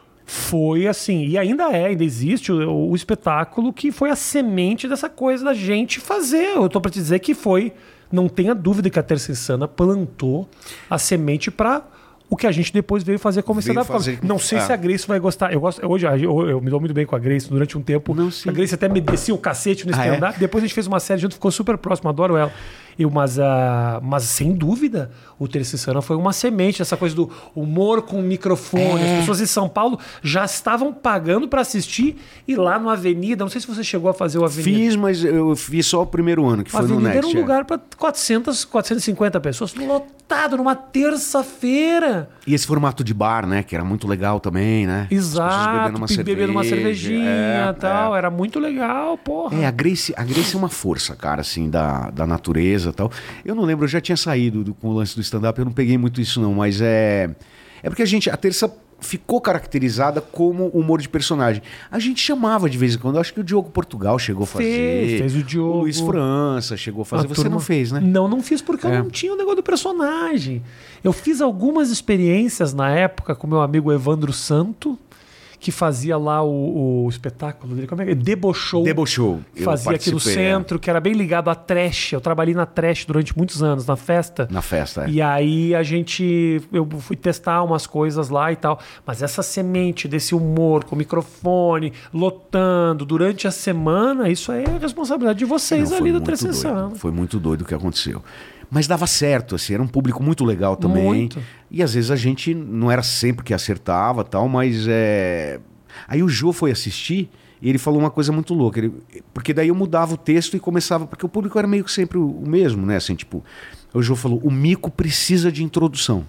foi assim, e ainda é, ainda existe o, o espetáculo que foi a semente dessa coisa da gente fazer. Eu tô para te dizer que foi... Não tenha dúvida que a Terceira Insana plantou a semente para... o que a gente depois veio fazer como stand-up comedy. Não sei ah. se a Grace vai gostar. Eu gosto, hoje eu, eu me dou muito bem com a Grace durante um tempo. Não, a Grace até me descia o cacete no stand-up. Ah, é? Depois a gente fez uma série junto, ficou super próximo, adoro ela. Eu, mas, uh, mas sem dúvida, o Terceira Insana foi uma semente, essa coisa do humor com microfone. É. As pessoas em São Paulo já estavam pagando para assistir e lá no Avenida, não sei se você chegou a fazer o Avenida. Fiz, mas eu fiz só o primeiro ano, que o foi Avenida no Next. Era um lugar para quatrocentas, quatrocentas e cinquenta pessoas, lotado numa terça-feira. E esse formato de bar, né, que era muito legal também, né? Exato, bebendo uma, bebendo uma cervejinha e é, tal, é. Era muito legal, porra. É, a Grace, a Grace é uma força, cara, assim, da, da natureza e tal. Eu não lembro, eu já tinha saído do, com o lance do stand-up, eu não peguei muito isso não, mas é... É porque a gente, a terça ficou caracterizada como humor de personagem. A gente chamava de vez em quando, acho que o Diogo Portugal chegou a fazer. Fez, fez o Diogo. O Luiz França chegou a fazer. A Você turma... não fez, né? Não, não fiz porque é. eu não tinha o negócio do personagem. Eu fiz algumas experiências na época com meu amigo Evandro Santo, que fazia lá o, o espetáculo dele, como é que é? Debochou. Debochou. Fazia aqui no centro, é. que era bem ligado à trash. Eu trabalhei na trash durante muitos anos, na festa. Na festa, é. E aí a gente, eu fui testar umas coisas lá e tal. Mas essa semente desse humor, com microfone, lotando, durante a semana, isso aí é responsabilidade de vocês. Não, ali da Terceira Insana. Foi muito doido o que aconteceu. Mas dava certo, assim, era um público muito legal também. Muito. E às vezes a gente não era sempre que acertava tal, mas é... Aí o Jô foi assistir e ele falou uma coisa muito louca. Ele... Porque daí eu mudava o texto e começava... Porque o público era meio que sempre o mesmo, né? Assim, tipo, o Jô falou: o mico precisa de introdução.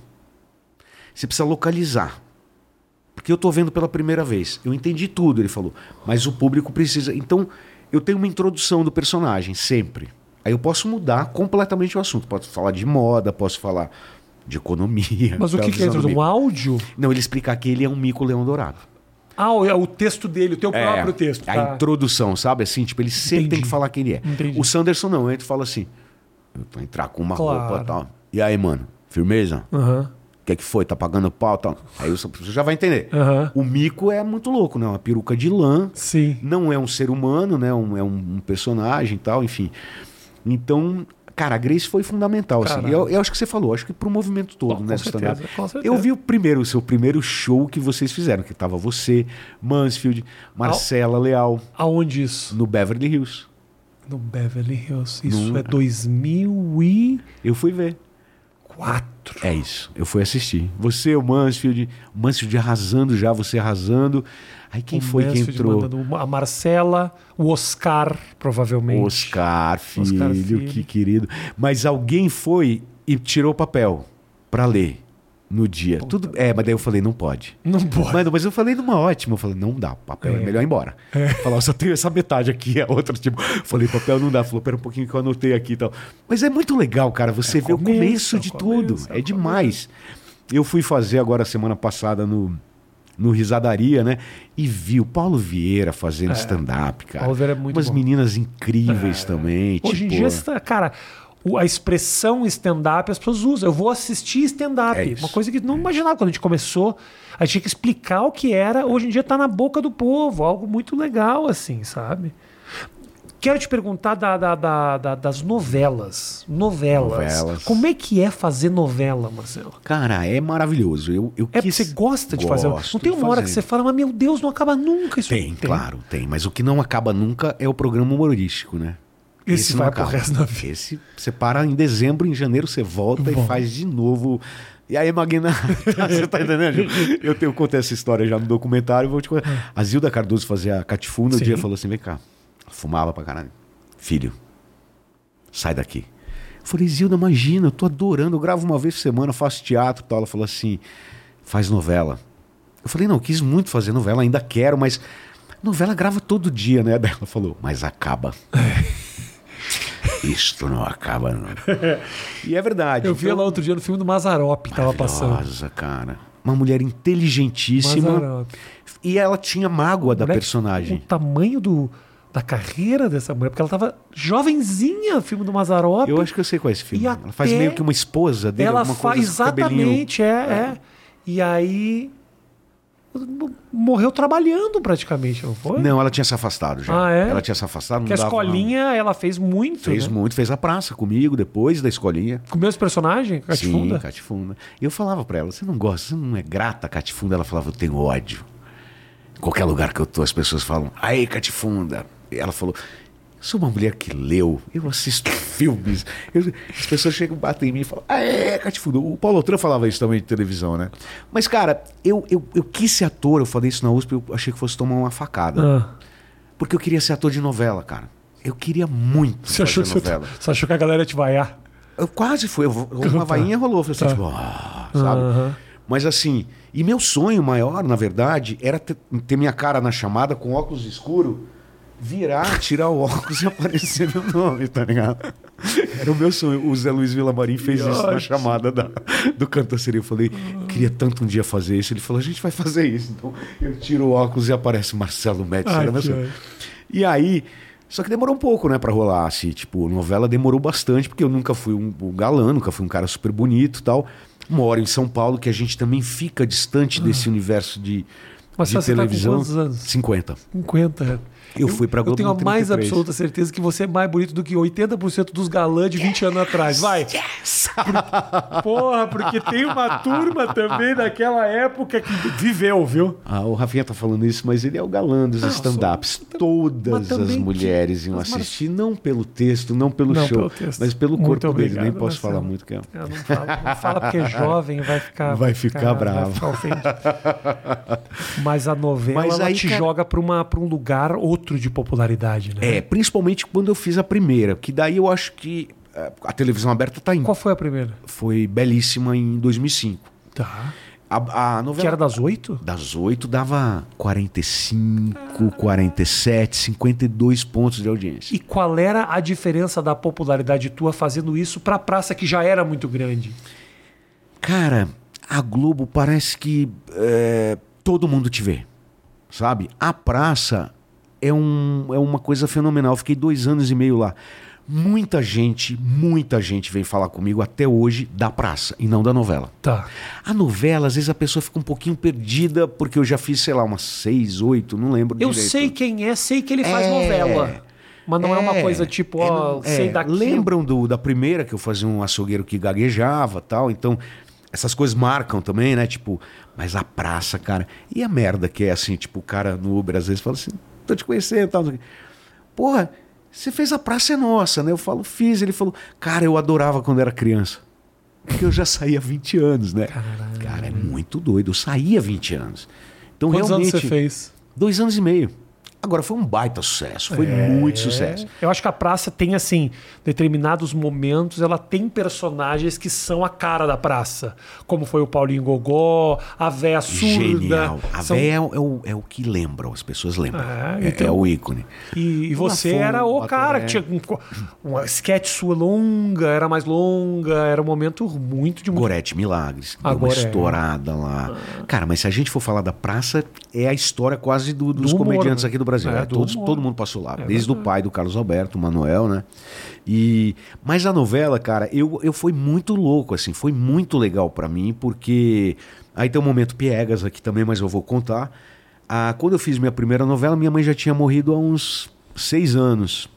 Você precisa localizar. Porque eu tô vendo pela primeira vez. Eu entendi tudo, ele falou. Mas o público precisa... Então, eu tenho uma introdução do personagem, sempre. Aí eu posso mudar completamente o assunto. Posso falar de moda, posso falar de economia. Mas o que, que é isso? Um áudio? Não, ele explicar que ele é um mico-leão dourado. Ah, o, o texto dele, o teu é, próprio texto. A tá. introdução, sabe? Assim, tipo, ele sempre Entendi. tem que falar quem ele é. Entendi. O Sanderson não, ele fala assim: eu tô entrar com uma claro. roupa e tal. E aí, mano, firmeza? Aham. Uhum. O que é que foi? Tá pagando pau e tal? Aí você já vai entender. Uhum. O mico é muito louco, né? Uma peruca de lã. Sim. Não é um ser humano, né? Um, é um personagem e tal, enfim. Então, cara, a Grace foi fundamental. Assim. Eu, eu acho que você falou, acho que pro movimento todo, né? Stand-up. Eu vi o primeiro, o seu primeiro show que vocês fizeram, que tava você, Mansfield, Marcela Ao... Leal. Aonde isso? No Beverly Hills. No Beverly Hills. Isso no... é dois mil e... Eu fui ver. Quatro. É isso. Eu fui assistir. Você, o Mansfield, o Mansfield arrasando já, você arrasando. Aí quem o foi Mansfield que entrou? Mandando a Marcela, o Oscar, provavelmente. Oscar, filho, Oscar, filho, que querido. Mas alguém foi e tirou o papel para ler. no dia. Tudo, é, mas daí eu falei, não pode. Não pode. Mas, mas eu falei numa ótima. Eu falei, não dá, papel é, é melhor ir embora. É. Falar, eu só tenho essa metade aqui, a outra, tipo, falei, papel não dá. Falou, pera um pouquinho que eu anotei aqui e tal. Mas é muito legal, cara, você é vê começo, o começo de começo, tudo. É, é demais. Eu fui fazer agora, semana passada, no, no Risadaria, né? E vi o Paulo Vieira fazendo é. stand-up, cara. Paulo Vieira é muito Umas bom. Meninas incríveis é. também. Hoje tipo... em dia, cara... A expressão stand-up as pessoas usam. Eu vou assistir stand-up. É uma coisa que não imaginava quando a gente começou. A gente tinha que explicar o que era. Hoje em dia está na boca do povo. Algo muito legal, assim, sabe? Quero te perguntar da, da, da, da, das novelas. novelas. Novelas. Como é que é fazer novela, Marcelo? Cara, é maravilhoso. Eu, eu é quis... Você gosta de fazer? Não tem uma hora que você fala, mas meu Deus, não acaba nunca isso. Tem, tem, claro, tem. Mas o que não acaba nunca é o programa humorístico, né? Esse, Esse vai pro resto da vida. Esse você para em dezembro, em janeiro você volta Bom. e faz de novo. E aí, Magna, você tá entendendo? Eu tenho, eu contei essa história já no documentário. Vou te contar. A Zilda Cardoso fazia catifunda. Um dia falou assim: vem cá. Fumava pra caralho. Filho, sai daqui. Eu falei, Zilda, imagina, eu tô adorando. Eu gravo uma vez por semana, faço teatro e tal. Ela falou assim: faz novela. Eu falei, não, eu quis muito fazer novela, ainda quero, mas novela grava todo dia, né? Daí ela falou, mas acaba. Isto não acaba, não. E é verdade. Eu vi então, ela outro dia no filme do Mazzaropi que tava passando. Nossa, cara. Uma mulher inteligentíssima. Mazzaropi. E ela tinha mágoa da mulher, personagem. O tamanho do, da carreira dessa mulher, porque ela tava jovenzinha no filme do Mazzaropi. Eu acho que eu sei qual é esse filme. Ela faz meio que uma esposa dele, ela alguma faz coisa. Exatamente, é, é, é. E aí... morreu trabalhando praticamente, não foi? Não, ela tinha se afastado já. Ah, é? Ela tinha se afastado. Porque a escolinha, uma... ela fez muito, Fez né? muito, fez a praça comigo, depois da escolinha. Com o mesmo personagem? Catifunda? Sim, Catifunda. E eu falava pra ela, você não gosta, você não é grata a Catifunda? Ela falava, eu tenho ódio. Em qualquer lugar que eu tô, as pessoas falam, aí, Catifunda. E ela falou... Sou uma mulher que leu, eu assisto filmes. Eu, as pessoas chegam, batem em mim e falam, ah, é, Catifunda. O Paulo Otran falava isso também de televisão, né? Mas, cara, eu, eu, eu quis ser ator, eu falei isso na U S P, eu achei que fosse tomar uma facada. Ah. Porque eu queria ser ator de novela, cara. Eu queria muito você fazer achou novela. Que você, você achou que a galera ia te vaiar? Eu quase fui, eu, uma vainha rolou, eu falei assim, tipo, ah, sabe? Uh-huh. Mas assim, e meu sonho maior, na verdade, era ter, ter minha cara na chamada com óculos escuros, virar, tirar o óculos e aparecer meu nome, tá ligado? Era o meu sonho. O Zé Luiz Villamarim fez isso na chamada da, do Cantaceria. Eu falei, queria tanto um dia fazer isso. Ele falou, a gente vai fazer isso. Então eu tiro o óculos e aparece Marcelo Médici. Era meu sonho. E aí, só que demorou um pouco, né, pra rolar. Assim, tipo, novela demorou bastante, porque eu nunca fui um, um galã, nunca fui um cara super bonito e tal. Moro em São Paulo, que a gente também fica distante desse ah. universo de, Mas de você televisão. Tá com quantos anos? cinquenta. cinquenta. Eu, eu fui pra Globo. Eu tenho a mais absoluta certeza que você é mais bonito do que oitenta por cento dos galãs de vinte anos atrás. Vai! Yes! Por... Porra, porque tem uma turma também daquela época que viveu, viu? Ah, o Rafinha tá falando isso, mas ele é o galã dos stand-ups. Todas as mulheres iam assistir, não pelo texto, não pelo não show, pelo mas pelo muito corpo obrigado, dele. Nem posso Marcelo. falar muito. Que é... Eu não falo, não fala porque é jovem, vai ficar... Vai ficar, ficar bravo. Vai ficar mas a novela, mas ela aí, te cara... joga pra, uma, pra um lugar outro de popularidade, né? É, principalmente quando eu fiz a primeira, que daí eu acho que a televisão aberta tá indo. Qual foi a primeira? Foi Belíssima em dois mil e cinco. Tá. A, a novela... Que era das oito? Das oito dava quarenta e cinco, quarenta e sete, cinquenta e dois pontos de audiência. E qual era a diferença da popularidade tua fazendo isso pra praça que já era muito grande? Cara, a Globo parece que é, todo mundo te vê, sabe? A praça é, um, é uma coisa fenomenal. Eu fiquei dois anos e meio lá. Muita gente, muita gente vem falar comigo até hoje da praça e não da novela. Tá. A novela, às vezes a pessoa fica um pouquinho perdida, porque eu já fiz, sei lá, umas seis, oito, não lembro eu direito. Eu sei quem é, sei que ele faz é... novela. Mas não é, é uma coisa tipo, ó, é, sei daqui. Lembram do, da primeira que eu fazia um açougueiro que gaguejava e tal, então... Essas coisas marcam também, né? Tipo, mas a praça, cara... E a merda que é assim, tipo, o cara no Uber às vezes fala assim, tô te conhecendo e tal. Porra, você fez a Praça é Nossa, né? Eu falo, fiz. Ele falou, cara, eu adorava quando era criança. Porque eu já saí há vinte anos, né? Caralho. Cara, é muito doido. Eu saí há vinte anos. Então, quantos realmente, anos você fez? Dois anos e meio. Agora, foi um baita sucesso, foi é, muito sucesso. Eu acho que a Praça tem, assim, determinados momentos, ela tem personagens que são a cara da Praça. Como foi o Paulinho Gogó, a véia surda. Genial. A são... véia é, o, é, o, é o que lembram, as pessoas lembram. É, então... é, é o ícone. E, e você Lafon, era o cara que tinha um, uma sketch sua longa, era mais longa, era um momento muito de... Muito... Gorete Milagres, deu uma estourada lá. Ah. Cara, mas se a gente for falar da Praça, é a história quase do, dos do humor, comediantes aqui do Brasil. É, é, todos, todo mundo passou lá, é desde verdade. O pai do Carlos Alberto, o Manuel, né? E, mas a novela, cara, eu, eu fui muito louco, assim, foi muito legal pra mim, porque aí tem um momento piegas aqui também, mas eu vou contar. Ah, quando eu fiz minha primeira novela, minha mãe já tinha morrido há uns seis anos.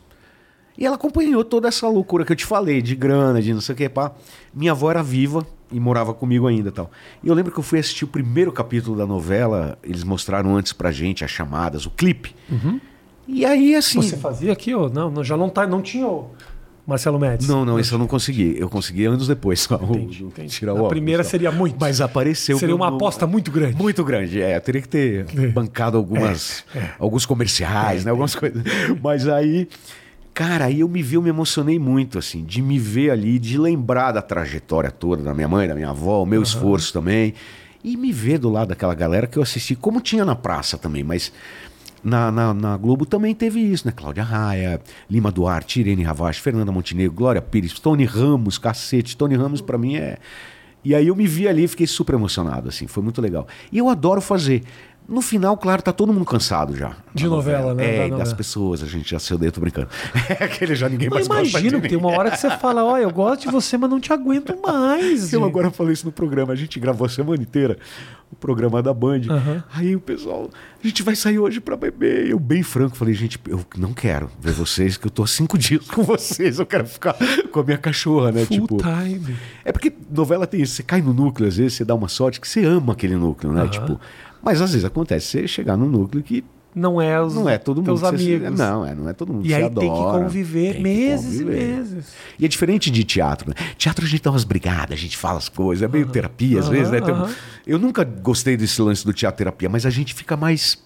E ela acompanhou toda essa loucura que eu te falei, de grana, de não sei o que, pá. Minha avó era viva e morava comigo ainda e tal. E eu lembro que eu fui assistir o primeiro capítulo da novela, eles mostraram antes pra gente as chamadas, o clipe. Uhum. E aí, assim... Você fazia aqui, ó? Não, não, já não, tá, não tinha o Marcelo Médici. Não, não, isso eu não consegui. Eu consegui anos depois só. Entendi, entendi. Tirar o A óculos, primeira só. Seria muito. Mas apareceu... Seria uma no... aposta muito grande. Muito grande, é. Eu teria que ter é. bancado algumas, é. É. alguns comerciais, é. né? Algumas coisas. Mas aí... Cara, aí eu me vi, eu me emocionei muito, assim, de me ver ali, de lembrar da trajetória toda da minha mãe, da minha avó, o meu uhum. esforço também. E me ver do lado daquela galera que eu assisti, como tinha na Praça também, mas na, na, na Globo também teve isso, né? Cláudia Raia, Lima Duarte, Irene Ravache, Fernanda Montenegro, Glória Pires, Tony Ramos, cacete. Tony Ramos pra mim é... E aí eu me vi ali e fiquei super emocionado, assim, foi muito legal. E eu adoro fazer... No final, claro, tá todo mundo cansado já. De novela, novela, né? É, da das pessoas, a gente já se odeia, tô brincando. É aquele já ninguém mais gosta. Imagino que tem uma hora que você fala, olha, eu gosto de você, mas não te aguento mais. Eu agora falei isso no programa, a gente gravou a semana inteira o programa da Band. Uhum. Aí o pessoal, a gente vai sair hoje pra beber. Eu bem franco falei, gente, eu não quero ver vocês, que eu tô há cinco dias com vocês, eu quero ficar com a minha cachorra, né? Full tipo, time. É porque novela tem isso, você cai no núcleo, às vezes você dá uma sorte que você ama aquele núcleo, né? Uhum. Tipo... Mas às vezes acontece você chegar num núcleo que não é os não é todo mundo teus amigos. Se, não, é, não é todo mundo e que aí se adora. Tem que conviver tem meses que conviver. e meses. E é diferente de teatro, né? Teatro a gente dá umas brigadas, a gente fala as coisas, é meio uhum. terapia às uhum, vezes, né? Uhum. Eu nunca gostei desse lance do teatro terapia, mas a gente fica mais...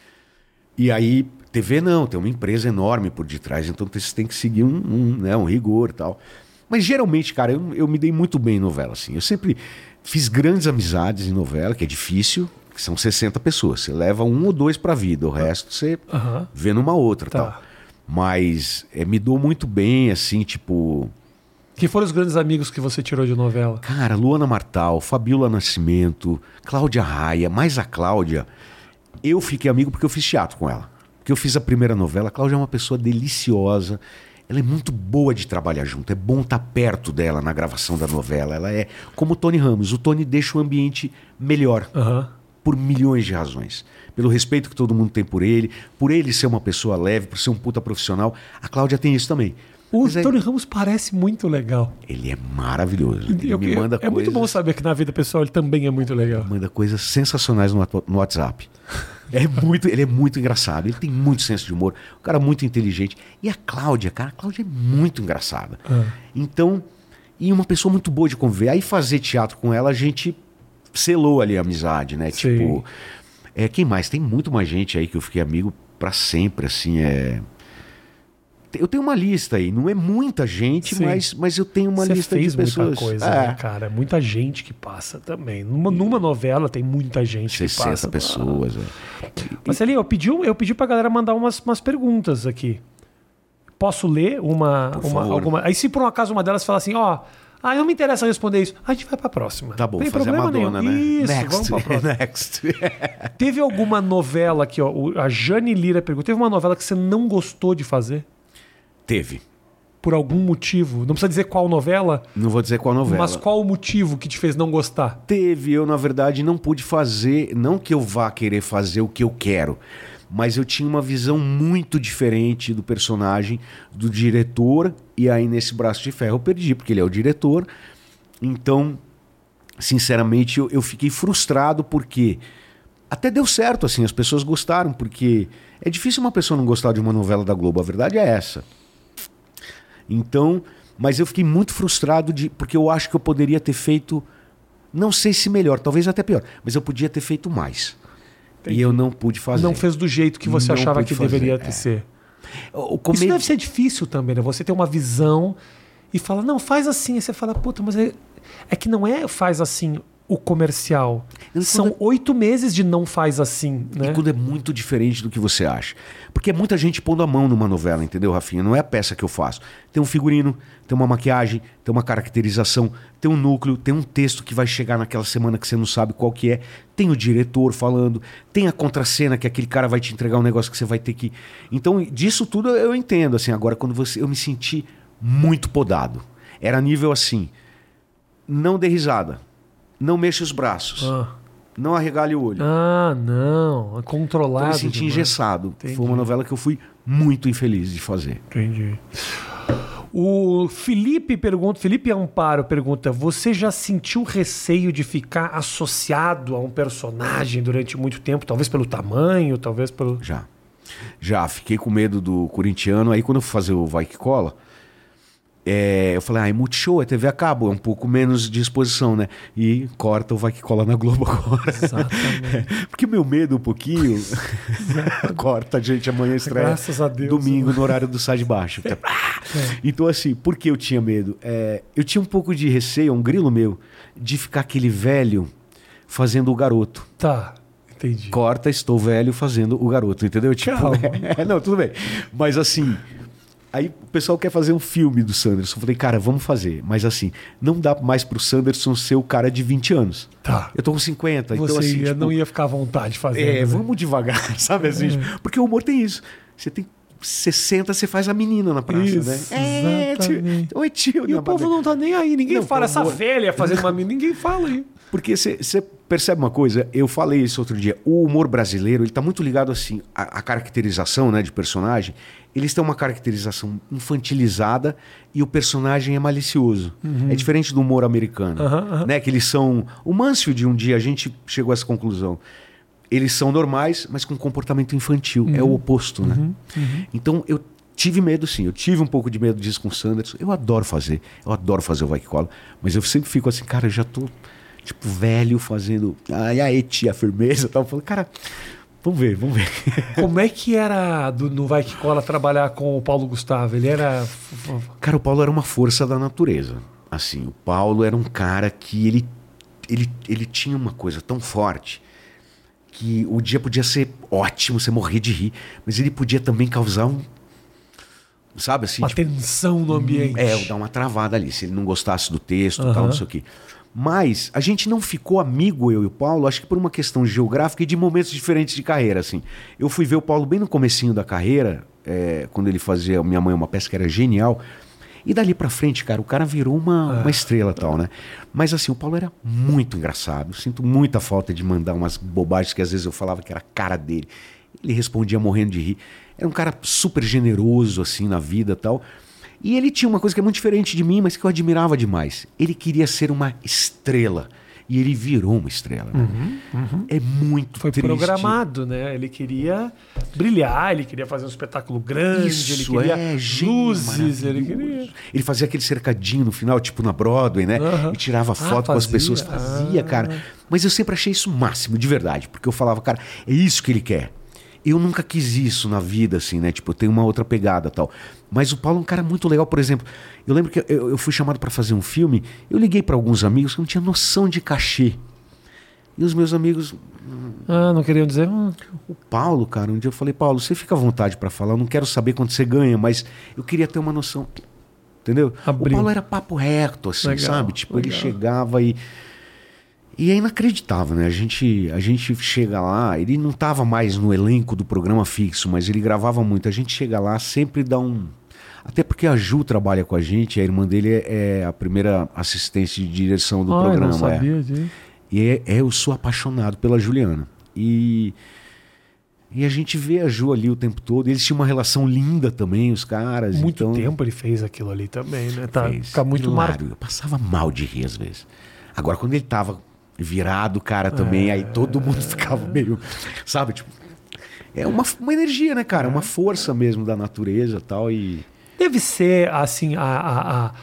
E aí, T V não, tem uma empresa enorme por detrás, então você tem que seguir um, um, né, um rigor e tal. Mas geralmente, cara, eu, eu me dei muito bem em novela, assim. Eu sempre fiz grandes amizades em novela, que é difícil. São sessenta pessoas. Você leva um ou dois pra vida. O resto você uhum. vê numa outra. Tá. Tal. Mas é, me dou muito bem, assim, tipo... Quem foram os grandes amigos que você tirou de novela? Cara, Luana Martal, Fabiola Nascimento, Cláudia Raia. Mais a Cláudia, eu fiquei amigo porque eu fiz teatro com ela. Porque eu fiz a primeira novela. A Cláudia é uma pessoa deliciosa. Ela é muito boa de trabalhar junto. É bom estar perto dela na gravação da novela. Ela é como o Tony Ramos. O Tony deixa o ambiente melhor. Aham. Uhum. Por milhões de razões. Pelo respeito que todo mundo tem por ele, por ele ser uma pessoa leve, por ser um puta profissional. A Cláudia tem isso também. O Mas Tony é... Ramos parece muito legal. Ele é maravilhoso. Ele eu, me manda é coisas... muito bom saber que na vida pessoal ele também é muito legal. Ele manda coisas sensacionais no, no WhatsApp. É muito, ele é muito engraçado. Ele tem muito senso de humor. Um cara muito inteligente. E a Cláudia, cara, a Cláudia é muito engraçada. Ah. Então, e uma pessoa muito boa de conviver. Aí fazer teatro com ela, a gente... selou ali a amizade, né? Sim. Tipo, é, quem mais? Tem muito mais gente aí que eu fiquei amigo pra sempre, assim, é... Eu tenho uma lista aí, não é muita gente, mas, mas eu tenho uma Você lista fez de pessoas. Muita coisa, é. né, cara? Muita gente que passa também. Numa, numa novela tem muita gente que passa. sessenta pessoas. Ah. É. Marcelinho, eu pedi, eu pedi pra galera mandar umas, umas perguntas aqui. Posso ler uma, uma alguma? Aí se por um acaso uma delas falar assim, ó... Ah, não me interessa responder isso. A gente vai pra próxima. Tá bom, Tem fazer problema a Madonna, nenhum. né? Isso, Next. vamos pra próxima. Next. Teve alguma novela aqui, ó, a Jane Lira perguntou, teve uma novela que você não gostou de fazer? Teve. Por algum motivo? Não precisa dizer qual novela? Não vou dizer qual novela. Mas qual o motivo que te fez não gostar? Teve, eu na verdade não pude fazer, não que eu vá querer fazer o que eu quero, mas eu tinha uma visão muito diferente do personagem, do diretor, e aí nesse Braço de Ferro eu perdi, porque ele é o diretor. Então, sinceramente, eu, eu fiquei frustrado, porque até deu certo, assim, as pessoas gostaram, porque é difícil uma pessoa não gostar de uma novela da Globo, a verdade é essa. Então, mas eu fiquei muito frustrado, de, porque eu acho que eu poderia ter feito, não sei se melhor, talvez até pior, mas eu podia ter feito mais. E eu não pude fazer. Não fez do jeito que você Não achava pude que fazer, deveria é. ser. O comer... Isso deve ser difícil também, né? Você ter uma visão e fala, não, faz assim. Aí você fala, puta, mas é, é que não é faz assim o comercial. Eu São quando- oito meses de não faz assim, né? E quando é muito diferente do que você acha. Porque é muita gente pondo a mão numa novela, entendeu, Rafinha? Não é a peça que eu faço. Tem um figurino, tem uma maquiagem, tem uma caracterização, tem um núcleo, tem um texto que vai chegar naquela semana que você não sabe qual que é, tem o diretor falando, tem a contracena que aquele cara vai te entregar um negócio que você vai ter que... Então, disso tudo eu entendo, assim. Agora, quando você... eu me senti muito podado. Era nível assim, não dê risada, não mexa os braços, Ah. não arregale o olho. Ah, não. É controlado. Eu me senti demais. engessado. Entendi. Foi uma novela que eu fui muito infeliz de fazer. Entendi. O Felipe pergunta, Felipe Amparo pergunta: você já sentiu receio de ficar associado a um personagem durante muito tempo? Talvez pelo tamanho, talvez pelo. Já. Já, fiquei com medo do corintiano. Aí quando eu fui fazer o Vai Que Cola, é, eu falei, ah, é Multishow, é T V a cabo, é um pouco menos de exposição, né? E corta o Vai Que Cola na Globo agora. Exatamente. Porque meu medo um pouquinho... corta, gente, amanhã estreia. Graças a Deus. Domingo, no horário do Sai de Baixo. É. Então, assim, por que eu tinha medo? É, eu tinha um pouco de receio, um grilo meu, de ficar aquele velho fazendo o garoto. Tá, entendi. Corta, estou velho fazendo o garoto, entendeu? Tipo, Calma. é, não, tudo bem. Mas assim, aí o pessoal quer fazer um filme do Sanderson. Eu falei, cara, vamos fazer. Mas assim, não dá mais pro Sanderson ser o cara de vinte anos. Tá. Eu tô com cinquenta, Você então assim, ia- tipo, não ia ficar à vontade fazendo. é, né? vamos devagar, sabe assim? Porque o humor tem isso. Você tem sessenta, você faz a menina na praça, Isso, né? É, tio, exatamente. oi tio. E na o povo barriga. não tá nem aí. Ninguém Não, fala pelo essa amor- velha fazendo uma menina. Ninguém fala aí. Porque você percebe uma coisa, eu falei isso outro dia, o humor brasileiro, ele tá muito ligado assim, a, a caracterização, né, de personagem, eles têm uma caracterização infantilizada e o personagem é malicioso. É diferente do humor americano, Aham, aham. né, que eles são... O Mansfield, um dia, a gente chegou a essa conclusão, eles são normais, mas com comportamento infantil, é o oposto, né? Então, eu tive medo, sim, eu tive um pouco de medo disso com o Sanderson, eu adoro fazer, eu adoro fazer o Vai Que Cola, mas eu sempre fico assim, cara, eu já tô... Tipo, velho fazendo. Ai, aí, tia, firmeza e tal. Eu falei, cara, vamos ver, vamos ver. Como é que era do, no Vai Que Cola trabalhar com o Paulo Gustavo? Ele era. Cara, o Paulo era uma força da natureza. Assim, o Paulo era um cara que ele, ele, ele tinha uma coisa tão forte que o dia podia ser ótimo, você morrer de rir, mas ele podia também causar um. Sabe assim? Uma tipo, tensão no ambiente. É, dar uma travada ali, se ele não gostasse do texto e Aham. tal, não sei o quê. Mas a gente não ficou amigo, eu e o Paulo, acho que por uma questão geográfica e de momentos diferentes de carreira, assim. Eu fui ver o Paulo bem no comecinho da carreira, é, quando ele fazia Minha Mãe é uma Peça que era genial. E dali pra frente, cara, o cara virou uma, uma estrela tal, né? Mas assim, o Paulo era muito engraçado. Eu sinto muita falta de mandar umas bobagens que às vezes eu falava que era a cara dele. Ele respondia morrendo de rir. Era um cara super generoso, assim, na vida e tal. E ele tinha uma coisa que é muito diferente de mim, mas que eu admirava demais. Ele queria ser uma estrela. E ele virou uma estrela. Né? Uhum, uhum. É muito Foi triste. programado, né? Ele queria brilhar, ele queria fazer um espetáculo grande, Isso, ele queria é, gênio, luzes, ele maravilhoso. queria. Ele fazia aquele cercadinho no final, tipo na Broadway, né? Aham. E tirava Ah, foto com as fazia? pessoas. Fazia, Ah. cara. Mas eu sempre achei isso o máximo, de verdade. Porque eu falava, cara, é isso que ele quer. Eu nunca quis isso na vida, assim, né? Tipo, eu tenho uma outra pegada e tal. Mas o Paulo é um cara muito legal, por exemplo. Eu lembro que eu, eu fui chamado para fazer um filme, eu liguei para alguns amigos que não tinham noção de cachê. E os meus amigos... Ah, não queriam dizer? Hum. O Paulo, cara, um dia eu falei, Paulo, você fica à vontade para falar, eu não quero saber quanto você ganha, mas eu queria ter uma noção. Entendeu? Abriu. O Paulo era papo reto, assim, Legal, sabe? Tipo, legal. ele chegava e... E é inacreditável, né? A gente, a gente chega lá, ele não estava mais no elenco do programa fixo, mas ele gravava muito. A gente chega lá, sempre dá um... Até porque a Ju trabalha com a gente, a irmã dele é, é a primeira assistente de direção do Ah, eu programa. não sabia é. disso. E é, é, eu sou apaixonado pela Juliana. E, e a gente vê a Ju ali o tempo todo. Eles tinham uma relação linda também, os caras. Muito então, tempo ele fez aquilo ali também, né? Tá, fez. fica muito Hilário. marcado. Eu passava mal de rir às vezes. Agora, quando ele tava virado, cara, também, É. aí todo mundo ficava meio... Sabe, tipo... É uma, uma energia, né, cara? Uma força mesmo da natureza e tal. E... Deve ser, assim, a, a, a-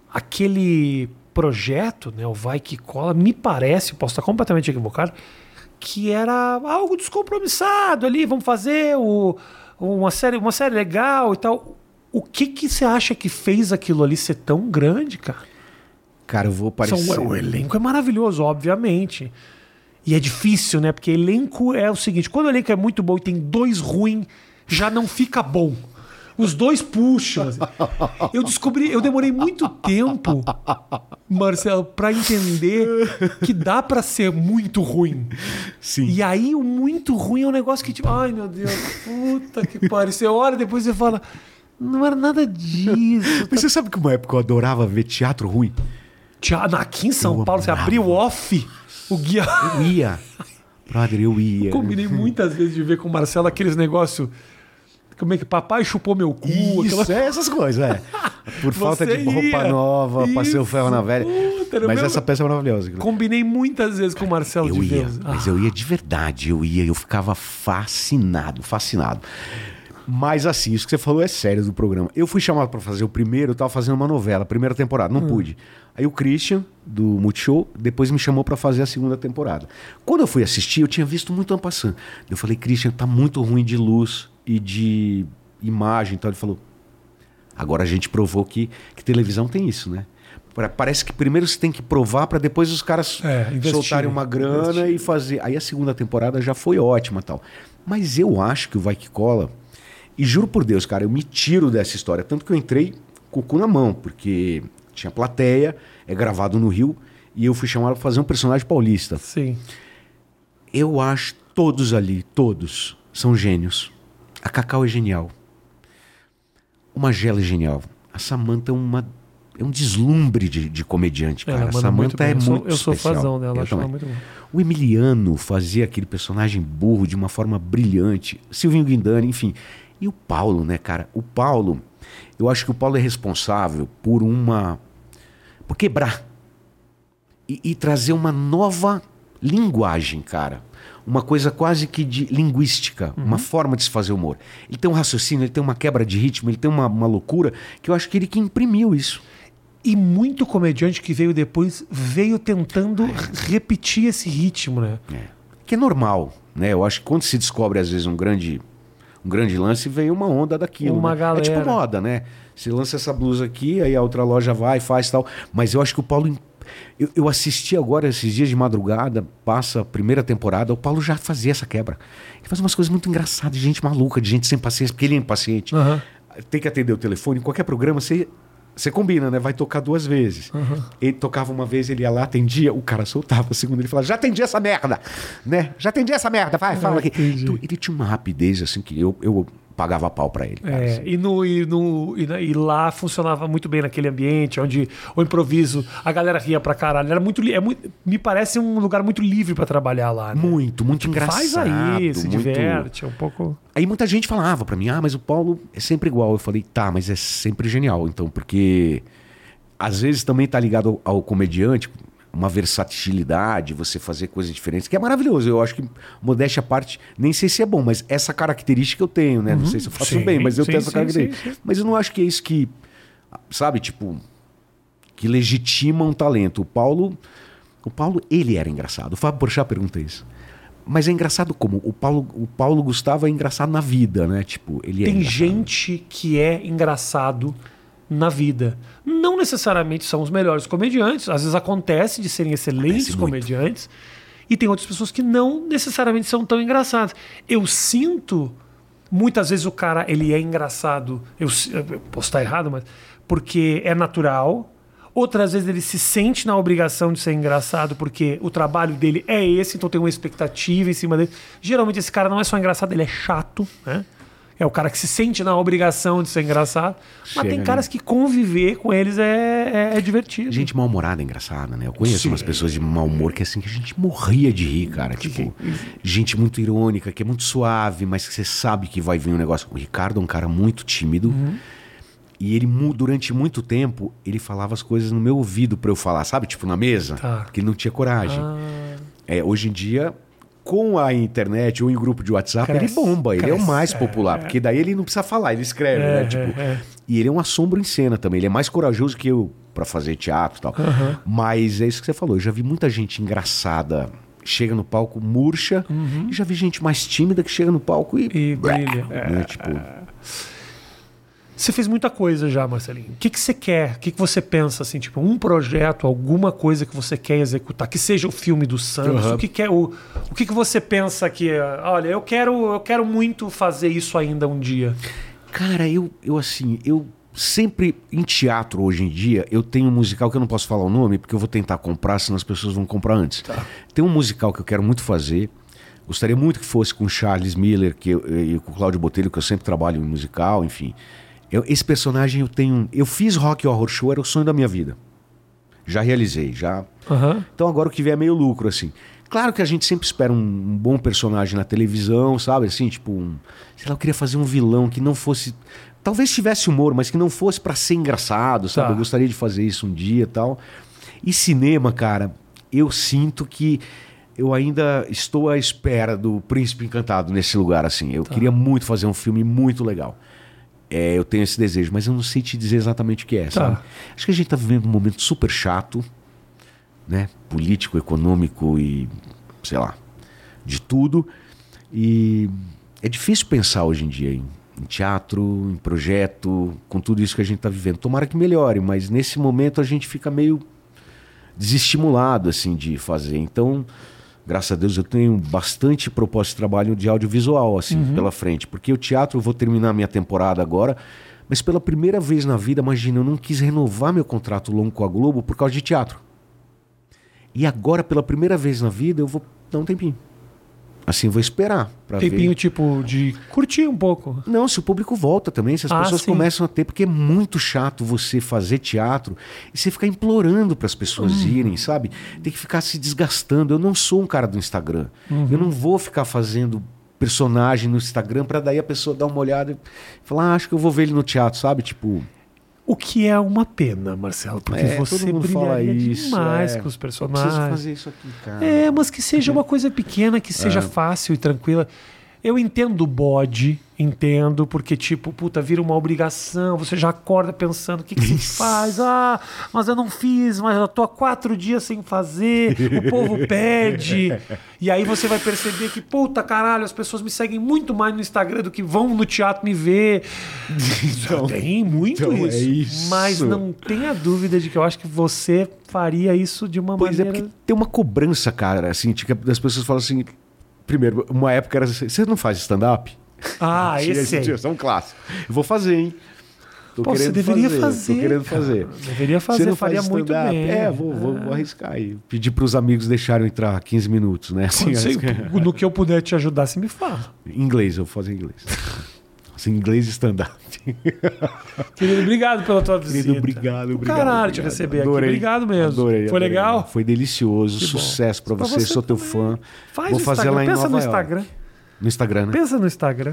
aquele projeto, né, o Vai Que Cola, me parece, posso estar completamente equivocado, que era algo descompromissado ali, vamos fazer o, uma, série, uma série legal e tal. O que que você acha que fez aquilo ali ser tão grande, cara? Cara, eu vou parecer... São, o elenco é maravilhoso, obviamente. E é difícil, né? Porque elenco é o seguinte, quando o elenco é muito bom e tem dois ruins, já não fica bom. Os dois puxam. Assim. Eu descobri, eu demorei muito tempo, Marcelo, pra entender que dá pra ser muito ruim. Sim. E aí o muito ruim é um negócio que tipo, ai meu Deus, puta que pariu. Você olha, depois você fala, não era nada disso. Mas você sabe que uma época eu adorava ver teatro ruim? Teatro, aqui em São Eu Paulo, você amava. abriu off, o guia... Eu ia. Brother, eu ia. Eu combinei muitas vezes de ver com o Marcelo aqueles negócios... Como é que papai chupou meu cu? Isso, aquela... é essas coisas, é. Por falta Você de roupa ia. nova, passei o ferro na velha. Puta, era Mas mesmo- essa peça é maravilhosa. Combinei muitas vezes com o Marcelo Eu de ia, vezes. mas Ah, eu ia de verdade, eu ia, eu ficava fascinado, fascinado. Mas assim, isso que você falou é sério do programa. Eu fui chamado pra fazer o primeiro, eu tava fazendo uma novela, primeira temporada, não pude. Aí o Christian, do Multishow, depois me chamou pra fazer a segunda temporada. Quando eu fui assistir, eu tinha visto muito en passant. Eu falei, Christian, tá muito ruim de luz e de imagem. Então ele falou, agora a gente provou que, que televisão tem isso, né? Pra- Parece que primeiro você tem que provar pra depois os caras É, investir, soltarem uma grana investir. e fazer. Aí a segunda temporada já foi ótima e tal. Mas eu acho que o Vai Que Cola, e juro por Deus, cara, eu me tiro dessa história. Tanto que eu entrei com o cu na mão, porque tinha plateia, é gravado no Rio, e eu fui chamado pra fazer um personagem paulista. sim. Eu acho todos ali, todos, são gênios. A Cacau é genial. O Magela é genial. A Samantha é uma... É um deslumbre de, de comediante, cara. Ela A manda muito Samantha bem. é Eu sou- muito Eu sou especial. fãzão dela, Eu acho ela também. muito bom. O Emiliano fazia aquele personagem burro de uma forma brilhante. Silvinho Guindani, enfim. E o Paulo, né, cara? O Paulo, eu acho que o Paulo é responsável por uma... por quebrar. E, e trazer uma nova linguagem, cara. Uma coisa quase que de linguística, uma forma de se fazer humor. Ele tem um raciocínio, ele tem uma quebra de ritmo, ele tem uma, uma loucura, que eu acho que ele que imprimiu isso. E muito comediante que veio depois veio tentando repetir esse ritmo, né? É. Que é normal, né? Eu acho que quando se descobre, às vezes, um grande, um grande lance, vem uma onda daquilo. Uma né? galera. É tipo moda, né? Você lança essa blusa aqui, aí a outra loja vai, faz tal. Mas eu acho que o Paulo... Eu, eu assisti agora, esses dias de madrugada, passa a primeira temporada, o Paulo já fazia essa quebra. Ele faz umas coisas muito engraçadas, de gente maluca, de gente sem paciência, porque ele é impaciente. Aham. Tem que atender o telefone, em qualquer programa, você... Você combina, né? Vai tocar duas vezes. Uhum. Ele tocava uma vez, ele ia lá, atendia, o cara soltava. A segunda, ele falava, já atendi essa merda, né? Já atendi essa merda, vai, fala aqui. entendi. Então, ele tinha uma rapidez, assim, que eu, eu pagava pau pra ele. Cara, É, assim. e, no, e, no, e, na- e lá funcionava muito bem naquele ambiente, onde o improviso, a galera ria pra caralho. Era muito, li- é muito, me parece um lugar muito livre pra trabalhar lá. Né? Muito, muito engraçado. Faz aí, se muito... diverte, é um pouco... Aí muita gente falava pra mim, ah, mas o Paulo é sempre igual. Eu falei, tá, mas é sempre genial, então, porque às vezes também tá ligado ao, ao comediante, uma versatilidade, você fazer coisas diferentes, que é maravilhoso. Eu acho que, modéstia à parte, nem sei se é bom, mas essa característica eu tenho, né? Não sei se eu faço Sim, bem, mas eu sim, tenho essa sim, característica. sim, sim. Mas eu não acho que é isso que, sabe, tipo, que legitima um talento. O Paulo, o Paulo, ele era engraçado. O Fábio Porchat pergunta isso. Mas é engraçado como? O Paulo, o Paulo Gustavo é engraçado na vida, né? Tipo, ele é Tem engraçado. gente que é engraçado na vida. Não necessariamente são os melhores comediantes. Às vezes acontece de serem excelentes Acontece muito. comediantes. E tem outras pessoas que não necessariamente são tão engraçadas. Eu sinto... Muitas vezes o cara, ele é engraçado. Eu, eu posso estar errado, mas... Porque é natural. Outras vezes ele se sente na obrigação de ser engraçado porque o trabalho dele é esse, então tem uma expectativa em cima dele. Geralmente esse cara não é só engraçado, ele é chato, né? É o cara que se sente na obrigação de ser engraçado. Mas Chega, tem né? caras que conviver com eles é, é, é divertido. Gente mal-humorada é engraçada, né? Eu conheço Sim. umas pessoas de mau humor que assim, que a gente morria de rir, cara. Tipo, gente muito irônica, que é muito suave, mas que você sabe que vai vir um negócio. O Ricardo é um cara muito tímido. Uhum. E ele, mu- durante muito tempo, ele falava as coisas no meu ouvido pra eu falar, sabe? Tipo, na mesa. Tá. Porque ele não tinha coragem. Ah, É, hoje em dia, com a internet ou em grupo de WhatsApp, Cresce, ele bomba. Ele é o cresce, mais é, popular. é. Porque daí ele não precisa falar, ele escreve, É, né? Tipo, é, é. E ele é um assombro em cena também. Ele é mais corajoso que eu pra fazer teatro e tal. Aham. Mas é isso que você falou. Eu já vi muita gente engraçada. chega no palco, murcha. Uhum. E já vi gente mais tímida que chega no palco e... E brilha. Né? É, tipo... Você fez muita coisa já, Marcelinho. O que, que você quer? O que, que você pensa, assim, tipo, um projeto, alguma coisa que você quer executar, que seja o filme do Santos, uhum. o, que, que, é, o, o que, que você pensa que, olha, eu quero, eu quero muito fazer isso ainda um dia? Cara, eu, eu assim, eu sempre, em teatro hoje em dia, eu tenho um musical que eu não posso falar o nome, porque eu vou tentar comprar, senão as pessoas vão comprar antes. Tá. Tem um musical que eu quero muito fazer, gostaria muito que fosse com o Charles Miller que eu, e com o Cláudio Botelho, que eu sempre trabalho em musical, enfim... Eu, esse personagem eu tenho... Eu fiz Rock Horror Show, era o sonho da minha vida. Já realizei, já... Uhum. Então agora o que vier é meio lucro, assim. Claro que a gente sempre espera um, um bom personagem na televisão, sabe? Assim, tipo... Um, sei lá, eu queria fazer um vilão que não fosse... Talvez tivesse humor, mas que não fosse pra ser engraçado, sabe? Tá. Eu gostaria de fazer isso um dia e tal. E cinema, cara, eu sinto que... Eu ainda estou à espera do Príncipe Encantado nesse lugar, assim. Eu tá. queria muito fazer um filme muito legal. É, eu tenho esse desejo, mas eu não sei te dizer exatamente o que é, tá. sabe? Acho que a gente está vivendo um momento super chato, né? Político, econômico e, sei lá, de tudo. E é difícil pensar hoje em dia em, em teatro, em projeto, com tudo isso que a gente está vivendo. Tomara que melhore, mas nesse momento a gente fica meio desestimulado, assim, de fazer. Então... Graças a Deus eu tenho bastante proposta de trabalho de audiovisual assim, uhum. pela frente. Porque o teatro, eu vou terminar minha temporada agora, mas pela primeira vez na vida, imagina, eu não quis renovar meu contrato longo com a Globo por causa de teatro. E agora, pela primeira vez na vida, eu vou dar um tempinho. Assim, vou esperar pra tempinho ver. Tipo de curtir um pouco. Não, se o público volta também, se as ah, pessoas sim. começam a ter, porque é muito chato você fazer teatro e você ficar implorando para as pessoas uhum. irem, sabe? Tem que ficar se desgastando. Eu não sou um cara do Instagram. Uhum. Eu não vou ficar fazendo personagem no Instagram para daí a pessoa dar uma olhada e falar, ah, acho que eu vou ver ele no teatro, sabe? Tipo... O que é uma pena, Marcelo, porque é, você brilharia isso, demais é. com os personagens. Preciso fazer isso aqui, cara. É, mas que seja uma coisa pequena, que seja é. fácil e tranquila. Eu entendo o bode, entendo, porque tipo, puta, vira uma obrigação, você já acorda pensando, o que, que você faz? Ah, mas eu não fiz, mas eu tô há quatro dias sem fazer, o povo pede. E aí você vai perceber que, puta caralho, as pessoas me seguem muito mais no Instagram do que vão no teatro me ver. Então, tem muito então isso. É isso. Mas não tenha dúvida de que eu acho que você faria isso de uma pois maneira... Pois é, porque tem uma cobrança, cara, assim, tipo, das pessoas falam assim... Primeiro, uma época era assim, você não faz stand-up? Ah, esse aí. É um clássico. Eu vou fazer, hein? Tô Pô, você deveria fazer. fazer. Tô querendo fazer. Cara, deveria fazer, você não faria faz muito bem. É, vou, vou, vou arriscar aí. Pedir para os amigos deixarem entrar quinze minutos, né? Assim, sei, no que eu puder te ajudar, você me fala. Em inglês, eu vou fazer em inglês. Assim, inglês stand-up. Querido, obrigado pela tua visita. Querido, obrigado, obrigado. Caralho, obrigado. te receber adorei, aqui. Obrigado mesmo. Adorei, Foi adorei. legal? Foi delicioso. Que sucesso para você. você. Sou teu fã. Faz vou fazer Instagram. lá em Pensa Nova no York. Instagram. No Instagram, né? Pensa no Instagram.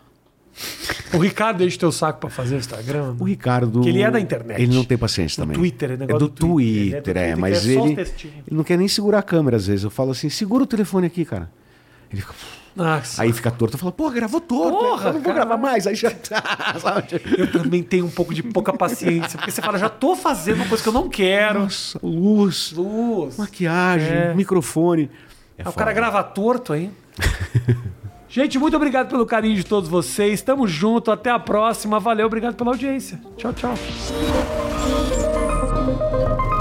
O Ricardo enche teu saco pra fazer o Instagram? O Ricardo... Que ele é da internet. Ele não tem paciência do também. Twitter, é negócio é do, do Twitter. Twitter, é, é, do Twitter, mas é ele, ele não quer nem segurar a câmera às vezes. Eu falo assim, segura o telefone aqui, cara. Ele fica... Nossa. Aí fica torto. Eu falo, pô, gravou torto. Porra, eu não vou cara. gravar mais. Aí já tá. Eu também tenho um pouco de pouca paciência. Porque você fala, já tô fazendo uma coisa que eu não quero. Nossa, luz. Luz. Maquiagem, é. microfone. É o cara grava torto aí. Gente, muito obrigado pelo carinho de todos vocês. Tamo junto. Até a próxima. Valeu, obrigado pela audiência. Tchau, tchau.